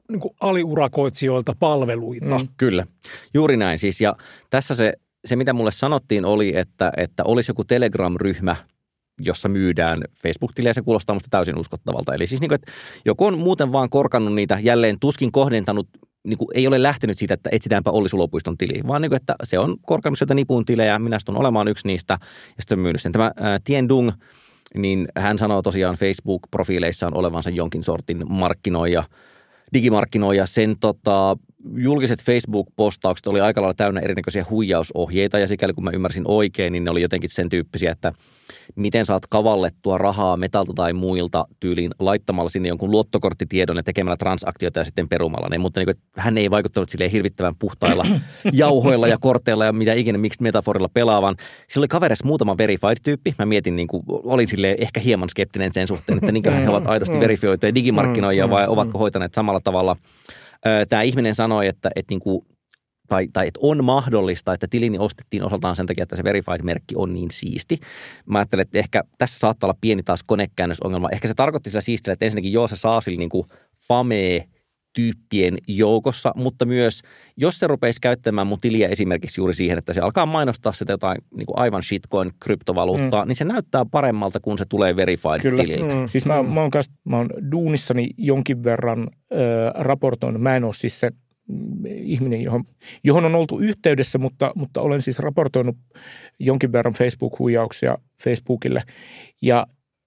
niin kuin aliurakoitsijoilta palveluita. Mm. Kyllä, juuri näin siis. Ja tässä se, se mitä mulle sanottiin oli, että, että olisi joku Telegram-ryhmä, jossa myydään Facebook-tilejä, se kuulostaa musta täysin uskottavalta. Eli siis niin kuin, että joku on muuten vaan korkannut niitä, jälleen tuskin kohdentanut, niin kuin ei ole lähtenyt siitä, että etsitäänpä Olli Sulopuiston tiliä, vaan niin kuin, että se on korkannut sieltä nipun tilejä, minä astun olemaan yksi niistä, ja sitten on myynyt sen. Tämä ää, Tien Dung, niin hän sanoo tosiaan Facebook-profiileissaan olevansa jonkin sortin markkinoija, digimarkkinoija. Sen tota, julkiset Facebook-postaukset oli aika lailla täynnä erinäköisiä huijausohjeita, ja sikäli kun mä ymmärsin oikein, niin ne oli jotenkin sen tyyppisiä, että miten saat kavallettua rahaa metalta tai muilta tyyliin laittamalla sinne jonkun luottokorttitiedon ja tekemällä transaktioita ja sitten perumalla ne. Mutta niin kuin, hän ei vaikuttanut silleen hirvittävän puhtailla jauhoilla ja korteilla ja mitä ikinä miksi metaforilla pelaavan. Sillä oli kaverissa muutama verified-tyyppi. Mä mietin, niin kuin, olin silleen ehkä hieman skeptinen sen suhteen, että niinköhän he ovat aidosti verifioituja digimarkkinoijia vai ovatko hoitaneet samalla tavalla. Tämä ihminen sanoi, että, että, niin kuin, tai, tai että on mahdollista, että tilini ostettiin osaltaan sen takia, että se verified-merkki on niin siisti. Mä ajattelen, että ehkä tässä saattaa olla pieni taas konekäännösongelma. Ehkä se tarkoitti sillä siistillä, että ensinnäkin joo, se saa sillä niin kuin famee-tyyppien joukossa, mutta myös jos se rupeisi käyttämään mun tiliä esimerkiksi juuri siihen, että se alkaa mainostaa sitä jotain niin kuin aivan shitcoin-kryptovaluuttaa, mm. niin se näyttää paremmalta, kun se tulee verified-tililtä. Mm. Siis mä, mä, oon kanssa, mä oon duunissani jonkin verran äh, raportoinut. Mä en ole siis se ihminen, johon, johon on oltu yhteydessä, mutta, mutta olen siis raportoinut jonkin verran Facebook-huijauksia Facebookille. Ja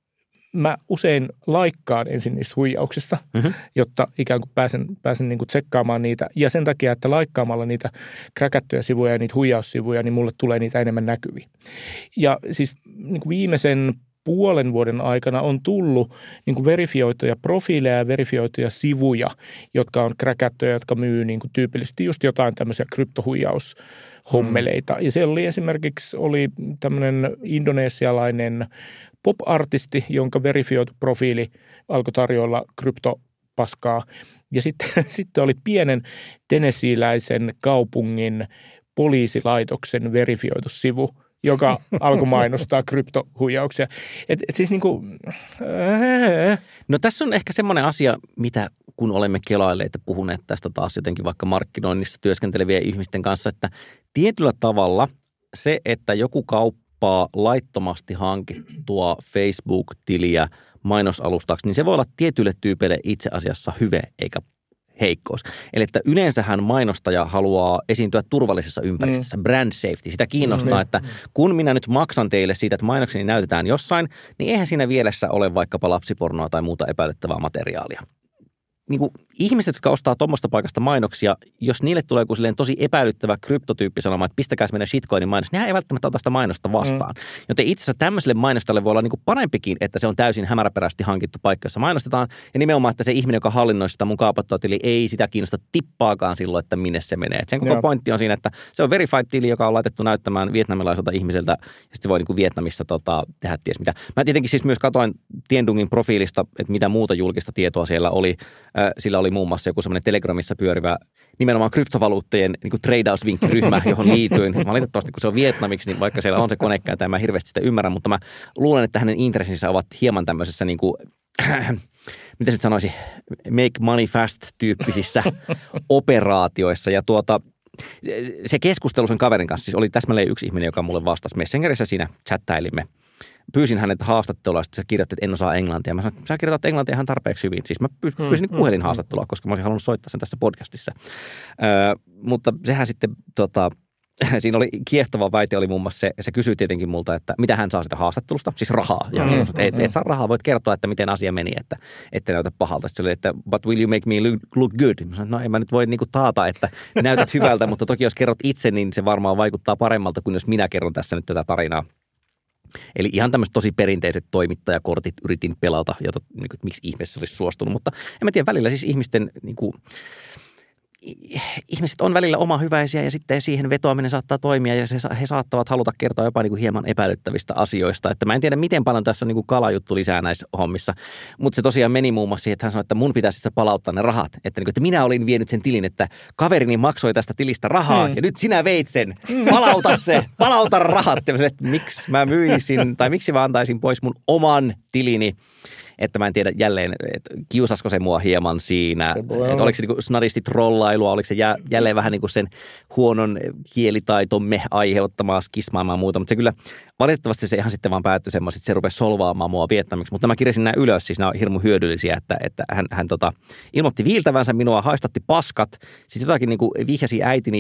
mä usein laikkaan ensin niistä huijauksista, mm-hmm. jotta ikään kuin pääsen, pääsen niin kuin tsekkaamaan niitä. Ja sen takia, että laikkaamalla niitä kräkättyjä sivuja ja niitä huijaussivuja, niin mulle tulee niitä enemmän näkyviä. Ja siis niin kuin viimeisen puolen vuoden aikana on tullut niin kuin verifioituja profiileja ja verifioituja sivuja, jotka on kräkättyjä, jotka myy niin kuin tyypillisesti just jotain tämmöisiä kryptohuijaushommeleita. Mm. Ja siellä oli esimerkiksi oli tämmöinen indonesialainen pop-artisti, jonka verifioitu profiili alkoi tarjoilla kryptopaskaa. Ja sitten, sitten oli pienen tennesseeläisen kaupungin poliisilaitoksen verifioitu sivu, joka alkoi mainostaa kryptohuijauksia. Et, et siis niin kuin, ää. No tässä on ehkä semmoinen asia, mitä kun olemme kelailleet ja puhuneet tästä taas jotenkin vaikka markkinoinnissa työskentelevien ihmisten kanssa, että tietyllä tavalla se, että joku kauppaa laittomasti hankittua Facebook-tiliä mainosalustaksi, niin se voi olla tietyille tyypeille itse asiassa hyve eikä heikkous. Eli että yleensähän mainostaja haluaa esiintyä turvallisessa ympäristössä, mm. brand safety. Sitä kiinnostaa, mm. että kun minä nyt maksan teille siitä, että mainokseni näytetään jossain, niin eihän siinä vielessä ole vaikkapa lapsipornoa tai muuta epäilyttävää materiaalia. Niin kuin ihmiset, jotka ostaa tuommoista paikasta mainoksia, jos niille tulee joku silleen tosi epäilyttävä kryptotyyppi sanomaan, että pistäkääs meidän shitcoinin mainos, niin hän ei välttämättä ota sitä mainosta vastaan. Mm. Joten itse asiassa tämmöiselle mainostajalle voi olla niin kuin parempikin, että se on täysin hämäräperäisesti hankittu paikka, jossa mainostetaan. Ja nimenomaan, että se ihminen, joka hallinnoi sitä mun kaapattua tili, ei sitä kiinnosta tippaakaan silloin, että minne se menee. Et sen koko Joo. pointti on siinä, että se on verified-tili, joka on laitettu näyttämään vietnamilaiselta ihmiseltä, ja sitten se voi niin kuin Vietnamissa tota, tehdä ties mitä. Mä tietenkin siis myös katoin Tien Dungin profiilista, että mitä muuta julkista tietoa siellä oli. Sillä oli muun muassa joku semmoinen Telegramissa pyörivä nimenomaan kryptovaluuttojen niin kuin treidausvinkkiryhmä, johon liityin. Valitettavasti, kun se on vietnamiksi, niin vaikka siellä on se konekääntäjä, mä hirveästi sitä ymmärrän, mutta mä luulen, että hänen intressinsä ovat hieman tämmöisessä, niin kuin, mitä nyt sanoisi, make money fast-tyyppisissä operaatioissa. Ja tuota, se keskustelu sen kaverin kanssa, siis oli täsmälleen yksi ihminen, joka mulle vastasi Messengerissä, siinä chattailimme. Pyysin hänet haastattelua, sitten se kirjoitti, että en osaa englantia. Mä sanoin, että sä kirjoitat englantia ihan tarpeeksi hyvin. Siis mä pyysin hmm, puhelinhaastattelua, koska mä olisin halunnut soittaa sen tässä podcastissa. Ö, mutta sehän sitten, tota, siinä oli kiehtova väite, oli muun muassa se, se kysyi tietenkin multa, että mitä hän saa sitä haastattelusta, siis rahaa. Ja hmm, että et, et saa rahaa, voit kertoa, että miten asia meni, että ette näytä pahalta. Sitten se oli, että but will you make me look, look good? Mä sanoin, no en mä nyt voi niinku taata, että näytät hyvältä, mutta toki jos kerrot itse, niin se varmaan vaikuttaa paremmalta kuin jos minä kerron tässä nyt tätä tarinaa. Eli ihan tämmöiset tosi perinteiset toimittajakortit yritin pelata, jota, niin kuin, miksi ihmeessä olisi suostunut. Mutta en mä tiedä, välillä siis ihmisten, niin kuin, ihmiset on välillä omahyväisiä ja sitten siihen vetoaminen saattaa toimia ja se, he saattavat haluta kertoa jopa niin kuin hieman epäilyttävistä asioista. Että mä en tiedä, miten paljon tässä on niin kuin kalajuttu lisää näissä hommissa, mutta se tosiaan meni muun muassa siihen, että hän sanoi, että mun pitäisi sitten palauttaa ne rahat. Että, niin kuin, että minä olin vienyt sen tilin, että kaverini maksoi tästä tilistä rahaa hmm. ja nyt sinä veit sen. Palauta se, palauta rahat. Ja mä sanoin, että miksi mä myisin tai miksi mä antaisin pois mun oman tilini. että mä en tiedä jälleen, että kiusasko se mua hieman siinä, että oliko se niin kuin snadisti trollailua, oliko se jä, jälleen vähän niin kuin sen huonon kielitaitomme aiheuttamaa skismaamaan muuta, mutta se kyllä valitettavasti se ihan sitten vaan päättyi semmoisesti, että se rupesi solvaamaan mua vietnamiksi, mutta mä kirjasin nämä ylös, siis nämä on hirmu hyödyllisiä, että, että hän, hän tota, ilmoitti viiltävänsä minua, haistatti paskat, sitten jotakin niin kuin vihjasi äitini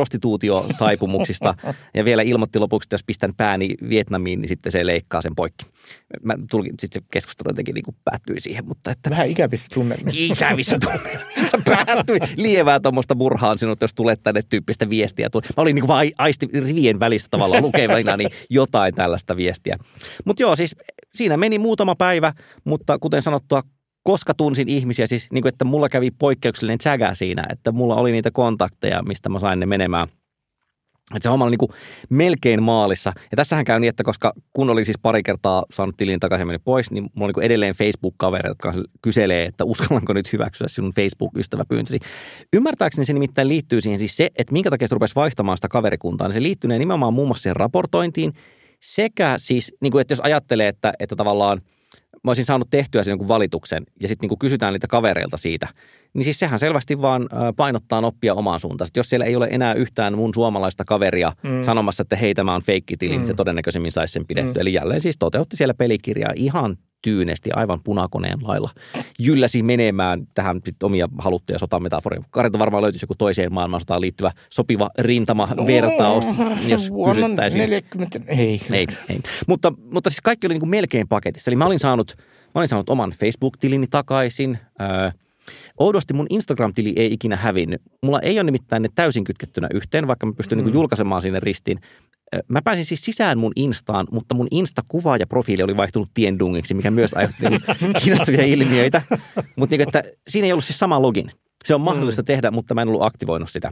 prostituutiotaipumuksista ja vielä ilmoitti lopuksi, että jos pistän pääni Vietnamiin, niin sitten se leikkaa sen poikki. Mä tulkin, sitten se keskustelu jotenkin niin kuin päättyi siihen, mutta että... Vähän ikävissä tunnelmissa. Ikävissä tunnelmissa päättyi. Lievää tuommoista murhaan sinut, jos tulet tänne tyyppistä viestiä. Mä olin niin kuin vaan aisti rivien välistä tavallaan lukevina, niin jotain tällaista viestiä. Mutta joo, siis siinä meni muutama päivä, mutta kuten sanottua, koska tunsin ihmisiä, siis niin kuin, että mulla kävi poikkeuksellinen tsägä siinä, että mulla oli niitä kontakteja, mistä mä sain ne menemään. Että se homma oli niin kuin melkein maalissa. Ja tässähän käy niin, että koska kun oli siis pari kertaa saanut tilin takaisin meni pois, niin mulla on niin kuin edelleen Facebook-kavereita, jotka kyselee, että uskallanko nyt hyväksyä sinun Facebook-ystäväpyyntösi. Ymmärtääkseni se nimittäin liittyy siihen siis se, että minkä takia se rupesi vaihtamaan sitä kaverikuntaa. Niin se liittyy nimenomaan muun muassa siihen raportointiin sekä siis, niin kuin, että jos ajattelee, että, että tavallaan mä olisin saanut tehtyä sen jonkun valituksen ja sitten niin kysytään niitä kavereilta siitä, niin siis sehän selvästi vaan painottaa oppia omaan suuntaan. Sitten jos siellä ei ole enää yhtään mun suomalaista kaveria mm. sanomassa, että hei, tämä on feikkitili, mm. niin se todennäköisemmin saisi sen pidettyä. Mm. Eli jälleen siis toteutti siellä pelikirjaa ihan tyynesti, aivan punakoneen lailla. Jylläsi menemään tähän sit omia haluttuja sotametaforia. Karilta varmaan löytyisi joku toiseen maailmansotaan liittyvä sopiva rintama-vertaus, jos kysyttäisiin. neljäkymmentä Ei. Ei, ei. Mutta, mutta siis kaikki oli niin kuin melkein paketissa. Eli mä olin saanut, mä olin saanut oman Facebook-tilini takaisin. Öö, oudosti mun Instagram-tili ei ikinä hävinnyt. Mulla ei ole nimittäin ne täysin kytkettynä yhteen, vaikka mä pystyn mm. niin kuin julkaisemaan sinne ristiin. Mä pääsin siis sisään mun Instaan, mutta mun Insta-kuva ja profiili oli vaihtunut tiendungiksi, mikä myös aiheutti kiinnostavia ilmiöitä. Mutta niin, että siinä ei ollut siis sama login. Se on mahdollista mm. tehdä, mutta mä en ollut aktivoinut sitä.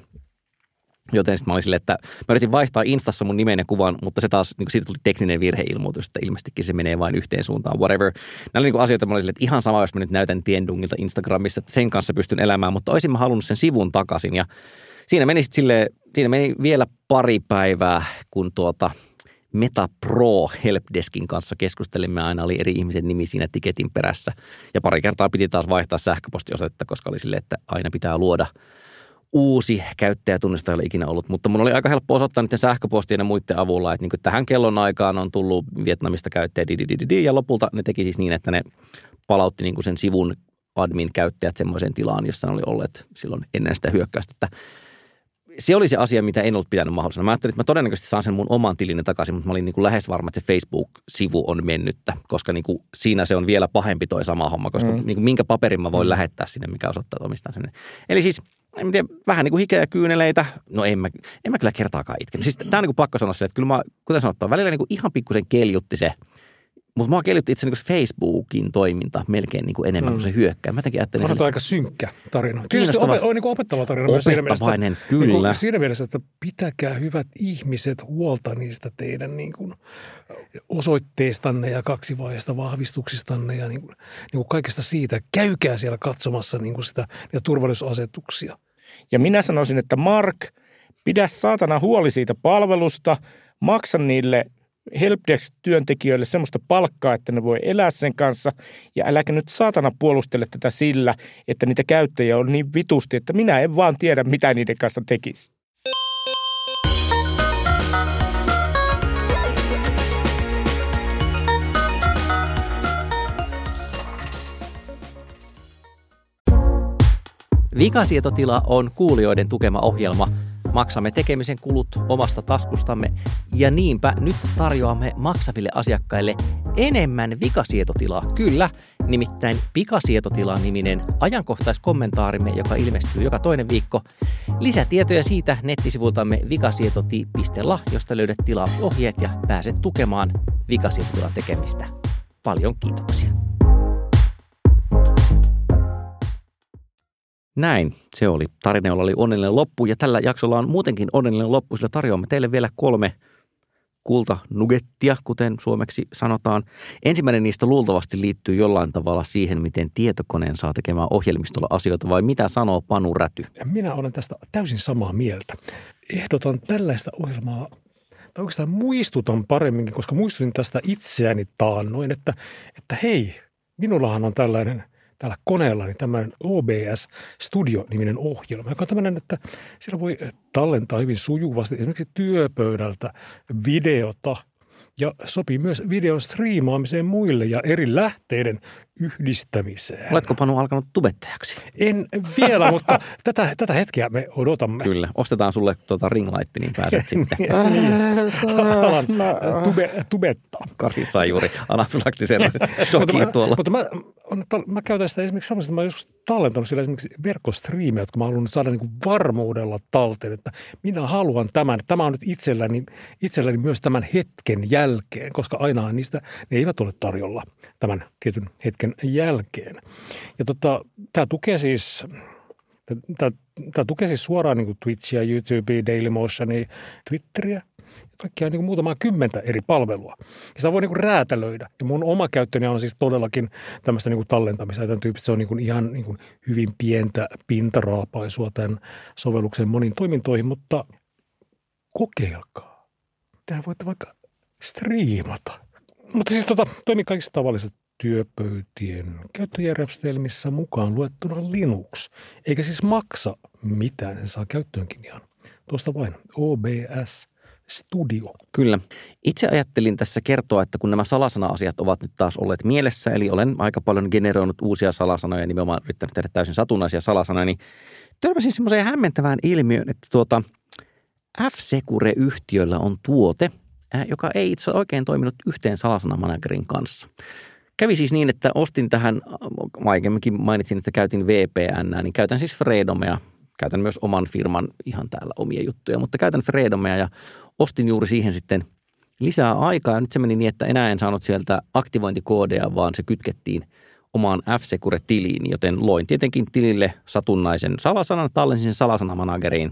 Joten sitten mä olin silleen, että mä yritin vaihtaa Instassa mun nimen ja kuvan, mutta se taas, niin siitä tuli tekninen virheilmoitus, että ilmeisestikin se menee vain yhteen suuntaan, whatever. Nämä oli niin asioita, mä olin silleen, että ihan sama, jos mä nyt näytän tiendungilta Instagramissa, että sen kanssa pystyn elämään, mutta olisin mä halunnut sen sivun takaisin ja siinä meni sitten silleen, siinä meni vielä pari päivää, kun tuota Meta Pro Helpdeskin kanssa keskustelimme, aina oli eri ihmisen nimi siinä tiketin perässä. Ja pari kertaa piti taas vaihtaa sähköpostiosoitetta, koska oli silleen, että aina pitää luoda uusi käyttäjätunnista, ei ole ikinä ollut. Mutta mun oli aika helppo osoittaa niiden sähköpostien ja muiden avulla, että, niin että tähän kellon aikaan on tullut Vietnamista käyttäjä di ja lopulta ne teki siis niin, että ne palautti niin kuin sen sivun admin-käyttäjät semmoiseen tilaan, jossa ne oli olleet silloin ennen sitä hyökkäystä, että se oli se asia, mitä en ollut pitänyt mahdollisena. Mä ajattelin, että mä todennäköisesti saan sen mun oman tilini takaisin, mutta mä olin niin kuin lähes varma, että se Facebook-sivu on mennyttä, koska niin kuin siinä se on vielä pahempi toi sama homma, koska mm. niin kuin minkä paperin mä voin mm. lähettää sinne, mikä osoittaa omistaan sinne. Eli siis en tiedä, vähän niin kuin hikeä ja kyyneleitä. No en mä, en mä kyllä kertaakaan itkenyt. Siis tää on niin kuin pakko sanoa sille, että kyllä mä, kuten sanottua, välillä niin kuin ihan pikkusen keljutti se. Mutta mua keljutti itse niin Facebookin toiminta melkein niin kuin enemmän mm. kuin se hyökkää. Mä jotenkin ajattelin... On aika synkkä tarina. Kiinnostava. On niin kuin opettava tarina. Opettavainen, mielessä, kyllä. Niin kuin siinä mielessä, että pitäkää hyvät ihmiset huolta niistä teidän niin kuin osoitteistanne ja kaksivaiheista vahvistuksistanne ja niin kuin, niin kuin kaikesta siitä. Käykää siellä katsomassa niin kuin sitä, niitä turvallisuusasetuksia. Ja minä sanoisin, että Mark, pidä saatana huoli siitä palvelusta, maksa niille helpdesk-työntekijöille semmoista palkkaa, että ne voi elää sen kanssa. Ja äläkä nyt saatana puolustele tätä sillä, että niitä käyttäjiä on niin vitusti, että minä en vaan tiedä, mitä niiden kanssa tekisi. Vikasietotila on kuulijoiden tukema ohjelma. Maksamme tekemisen kulut omasta taskustamme ja niinpä nyt tarjoamme maksaville asiakkaille enemmän vikasietotilaa. Kyllä, nimittäin Pikasietotila-niminen ajankohtaiskommentaarimme, joka ilmestyy joka toinen viikko. Lisätietoja siitä nettisivuiltamme vikasietoti piste la, josta löydät tilausohjeet ja pääset tukemaan vikasietotilan tekemistä. Paljon kiitoksia. Näin, se oli tarina, jolla oli onnellinen loppu ja tällä jaksolla on muutenkin onnellinen loppu, sillä tarjoamme teille vielä kolme kultanugettia, kuten suomeksi sanotaan. Ensimmäinen niistä luultavasti liittyy jollain tavalla siihen, miten tietokoneen saa tekemään ohjelmistolla asioita, vai mitä sanoo Panu Räty? Minä olen tästä täysin samaa mieltä. Ehdotan tällaista ohjelmaa, tai oikeastaan muistutan paremminkin, koska muistutin tästä itseäni taannoin, että, että hei, minullahan on tällainen tällä koneellani tämmöinen O B S Studio-niminen ohjelma, joka on tämmöinen, että siellä voi tallentaa hyvin sujuvasti esimerkiksi työpöydältä videota ja sopii myös videon striimaamiseen muille ja eri lähteiden yhdistämiseen. Oletko Panu alkanut tubettajaksi? En vielä, mutta tätä, tätä hetkeä me odotamme. Kyllä, ostetaan sulle tuota ringlight, niin pääset sitten. Alan tube, tubettaa. Kari sai juuri anafylaktisen shokin tuolla. Mutta mä, mä käytän sitä esimerkiksi samassa, että mä oon joskus tallentanut sillä esimerkiksi verkkostriimejä, jotka mä haluan saada niin kuin varmuudella talteen, että minä haluan tämän. Tämä on nyt itselläni, itselläni myös tämän hetken jälkeen, koska aina niistä ne eivät ole tarjolla tämän tietyn hetken jälkeen. Ja tota, tämä tukee siis, tämä, tämä tukee siis suoraan niin kuin Twitchia, YouTubea, Dailymotionia, Twitteriä, kaikkia niin kuin muutamaa kymmentä eri palvelua. Ja sitä voi niin kuin räätälöidä. Ja mun oma käyttöni on siis todellakin tämmöistä niin kuin tallentamista. Ja tämän tyyppistä se on niin kuin ihan niin kuin hyvin pientä pintaraapaisua tämän sovelluksen moniin toimintoihin, mutta kokeilkaa. Tähän voitte vaikka striimata. Mutta siis tota, toimii kaikissa tavallisissa työpöytien käyttöjärjestelmissä mukaan luettuna Linux. Eikä siis maksa mitään, se saa käyttöönkin ihan tuosta vain O B S Studio. Kyllä. Itse ajattelin tässä kertoa, että kun nämä salasana-asiat ovat nyt taas olleet mielessä, eli olen aika paljon generoinut uusia salasanoja ja nimenomaan yrittänyt tehdä täysin satunnaisia salasanoja, niin törmäsin semmoiseen hämmentävään ilmiöön, että tuota F-Secure-yhtiöllä on tuote, joka ei itse oikein toiminut yhteen salasanamanagerin kanssa. Kävi siis niin, että ostin tähän, aikemminkin mainitsin, että käytin V P N, niin käytän siis Freedomea. Käytän myös oman firman ihan täällä omia juttuja, mutta käytän Freedomea ja ostin juuri siihen sitten lisää aikaa. Ja nyt se meni niin, että enää en saanut sieltä aktivointikoodeja, vaan se kytkettiin omaan F-Secure-tiliin, joten loin tietenkin tilille satunnaisen salasanan, tallensin sen salasanamanageriin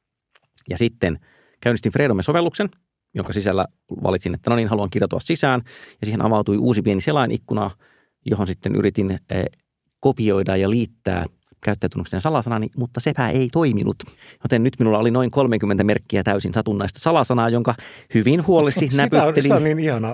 ja sitten käynnistin Freedome-sovelluksen, jonka sisällä valitsin, että no niin, haluan kirjautua sisään. Ja siihen avautui uusi pieni selainikuna, johon sitten yritin eh, kopioida ja liittää käyttäjätunnuksen salasanani, mutta sepä ei toiminut. Joten nyt minulla oli noin kolmekymmentä merkkiä täysin satunnaista salasanaa, jonka hyvin huolellisesti sitä näpyttelin. On, sitä on niin ihana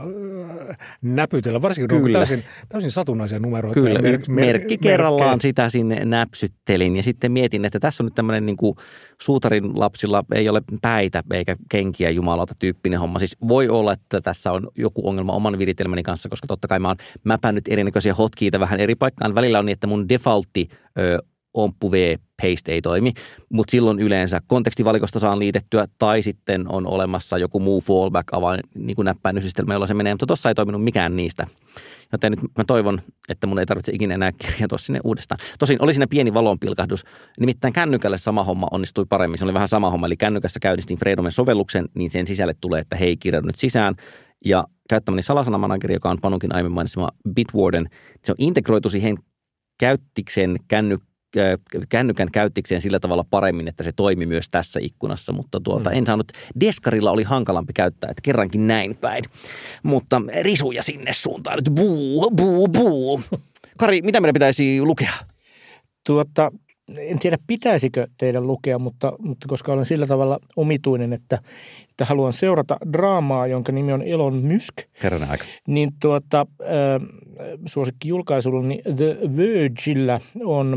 näpytellä, varsinkin kun on täysin, täysin satunnaisia numeroita. Kyllä, mer- mer- merkki kerrallaan sitä sinne näpsyttelin ja sitten mietin, että tässä on nyt tämmöinen niin kuin suutarin lapsilla ei ole päitä eikä kenkiä jumalauta tyyppinen homma. Siis voi olla, että tässä on joku ongelma oman viritelmäni kanssa, koska totta kai mä oon mäpännyt erinäköisiä hotkeita vähän eri paikkaan. Välillä on niin, että mun defaultti ö, omppu V paste ei toimi, mutta silloin yleensä kontekstivalikosta saan liitettyä tai sitten on olemassa joku muu fallback-avain niin kuin näppäinyhdistelmä, jolla se menee, mutta tuossa ei toiminut mikään niistä. Joten nyt mä toivon, että mun ei tarvitse ikinä enää kirjautua sinne uudestaan. Tosin oli siinä pieni valonpilkahdus, nimittäin kännykälle sama homma onnistui paremmin. Se oli vähän sama homma, eli kännykässä käynnistin Freedomen sovelluksen, niin sen sisälle tulee, että hei, kirjaudu nyt sisään. Ja käyttämäni salasanamanageri, joka on Panunkin aiemmin mainitsema Bitwarden, se on integroitu siihen käyttikseen känny, kännykän käyttikseen sillä tavalla paremmin, että se toimi myös tässä ikkunassa, mutta tuota, mm. en saanut, deskarilla oli hankalampi käyttää, että kerrankin näin päin. Mutta risuja sinne suuntaan nyt, buu, buu, buu. Kari, mitä meidän pitäisi lukea? Tuota, en tiedä pitäisikö teidän lukea, mutta, mutta koska olen sillä tavalla omituinen, että, että haluan seurata draamaa, jonka nimi on Elon Musk. Herran aika. Niin tuota, äh, suosikki julkaisulla, niin The Vergellä on.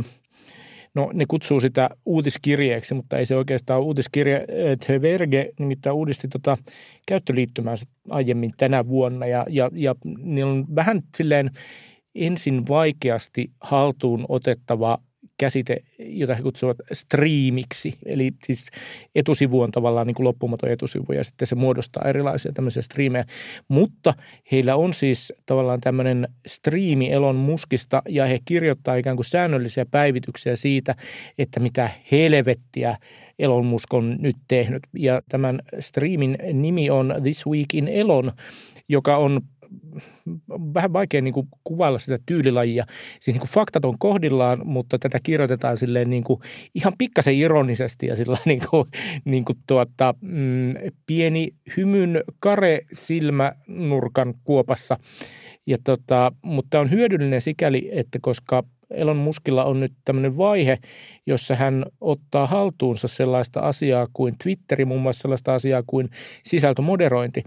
No ne kutsuu sitä uutiskirjeeksi, mutta ei se oikeastaan ole uutiskirje. The Verge nimittäin uudisti tota käyttöliittymäänsä aiemmin tänä vuonna ja, ja, ja niillä on vähän silleen ensin vaikeasti haltuun otettava käsite, jota he kutsuvat striimiksi. Eli siis etusivu on tavallaan niin kuin loppumaton etusivu ja sitten se muodostaa erilaisia tämmöisiä striimejä. Mutta heillä on siis tavallaan tämmöinen striimi Elon Muskista ja he kirjoittaa ikään kuin säännöllisiä päivityksiä siitä, että mitä helvettiä Elon Musk on nyt tehnyt. Ja tämän striimin nimi on This Week in Elon, joka on vähän vaikea niin kuin kuvailla sitä tyylilajia. Siis niin kuin faktat on kohdillaan, mutta tätä kirjoitetaan silleen niin kuin ihan pikkasen ironisesti ja sillä niin kuin, niin kuin tuota, mm, pieni hymyn kare silmänurkan kuopassa. Ja tota, mutta on hyödyllinen sikäli, että koska Elon Muskilla on nyt tämmöinen vaihe, jossa hän ottaa haltuunsa sellaista asiaa kuin Twitteri, muun muassa sellaista asiaa kuin sisältömoderointi.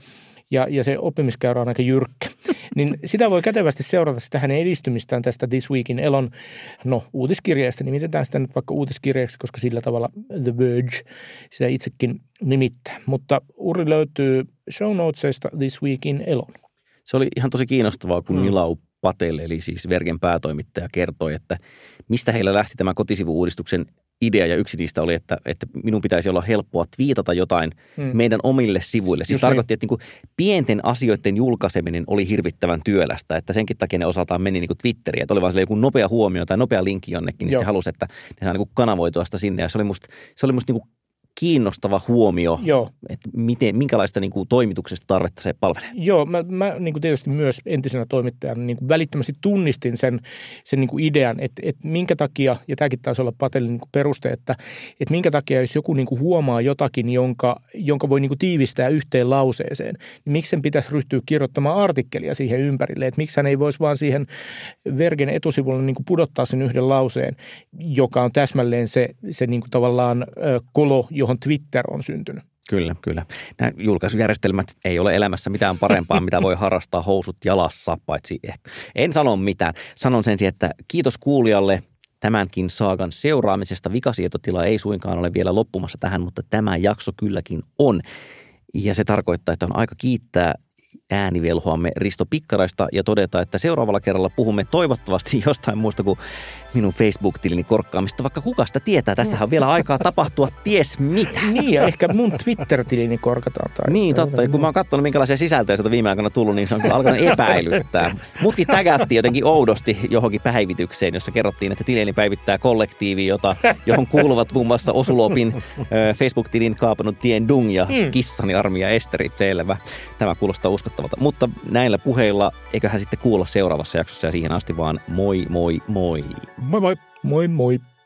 ja, ja se oppimiskäyrä on aika jyrkkä. Niin sitä voi kätevästi seurata sitä hänen edistymistään tästä This Week in Elon, no uutiskirjeestä, nimitetään sitä nyt vaikka uutiskirjeeksi, koska sillä tavalla The Verge sitä itsekin nimittää. Mutta Uri löytyy show notesista This Week in Elon. Se oli ihan tosi kiinnostavaa, kun hmm. Nilau Patel, eli siis Vergen päätoimittaja, kertoi, että mistä heillä lähti tämä kotisivu-uudistuksen idea, ja yksi niistä oli, että, että minun pitäisi olla helppoa twiitata jotain hmm. meidän omille sivuille. Siis Just tarkoitti, niin. että niin kuin pienten asioiden julkaiseminen oli hirvittävän työlästä, että senkin takia ne osaltaan meni niin kuin Twitteriin, että oli vaan joku nopea huomio tai nopea linkki jonnekin, niin sitten halusi, että ne saa niin kuin kanavoitua sitä sinne, ja se oli musta, se oli musta niin kuin kiinnostava huomio, Joo. että miten, minkälaista niin kuin toimituksesta tarvetta se palvelee. Joo, mä, mä niin kuin tietysti myös entisenä toimittajana niin kuin välittömästi tunnistin sen, sen niin kuin idean, että, että minkä takia, ja tämäkin taisi olla Patelin niin kuin peruste, että, että minkä takia jos joku niin kuin huomaa jotakin, jonka, jonka voi niin kuin tiivistää yhteen lauseeseen, niin miksi sen pitäisi ryhtyä kirjoittamaan artikkelia siihen ympärille, että miksi hän ei voisi vaan siihen Vergen etusivulle niin kuin pudottaa sen yhden lauseen, joka on täsmälleen se, se niin kuin tavallaan ö, kolo, johon Twitter on syntynyt. Kyllä, kyllä. Nämä julkaisujärjestelmät ei ole elämässä mitään parempaa, mitä voi harrastaa housut jalassa, paitsi ehkä. En sano mitään. Sanon sen sijaan, että kiitos kuulijalle tämänkin saagan seuraamisesta. Vikasietotila ei suinkaan ole vielä loppumassa tähän, mutta tämä jakso kylläkin on. Ja se tarkoittaa, että on aika kiittää äänivelhoamme Risto Pikkaraista ja todeta, että seuraavalla kerralla puhumme toivottavasti jostain muusta kuin minun Facebook-tilini korkkaamista, vaikka kuka sitä tietää. Tässähän on vielä aikaa tapahtua ties mitä. Niin, ja ehkä mun Twitter-tilini korkataan. Tai niin, totta. Ja kun mä oon katsonut, minkälaisia sisältöjä sieltä viime aikoina tullut, niin se on kyllä alkanut epäilyttää. Mutkin tägättiin jotenkin oudosti johonkin päivitykseen, jossa kerrottiin, että tileeni päivittää kollektiivi, jota, johon kuuluvat muun muassa Osulopin äh, Facebook-tilin kaapannut Tien Dung ja mm. kissani Armia Esteri. Selvä. Tämä kuulostaa uskottavalta. Mutta näillä puheilla eiköhän sitten kuulla seuraavassa jaksossa ja siihen asti vaan moi, moi, moi. Moi moi. Moi moi.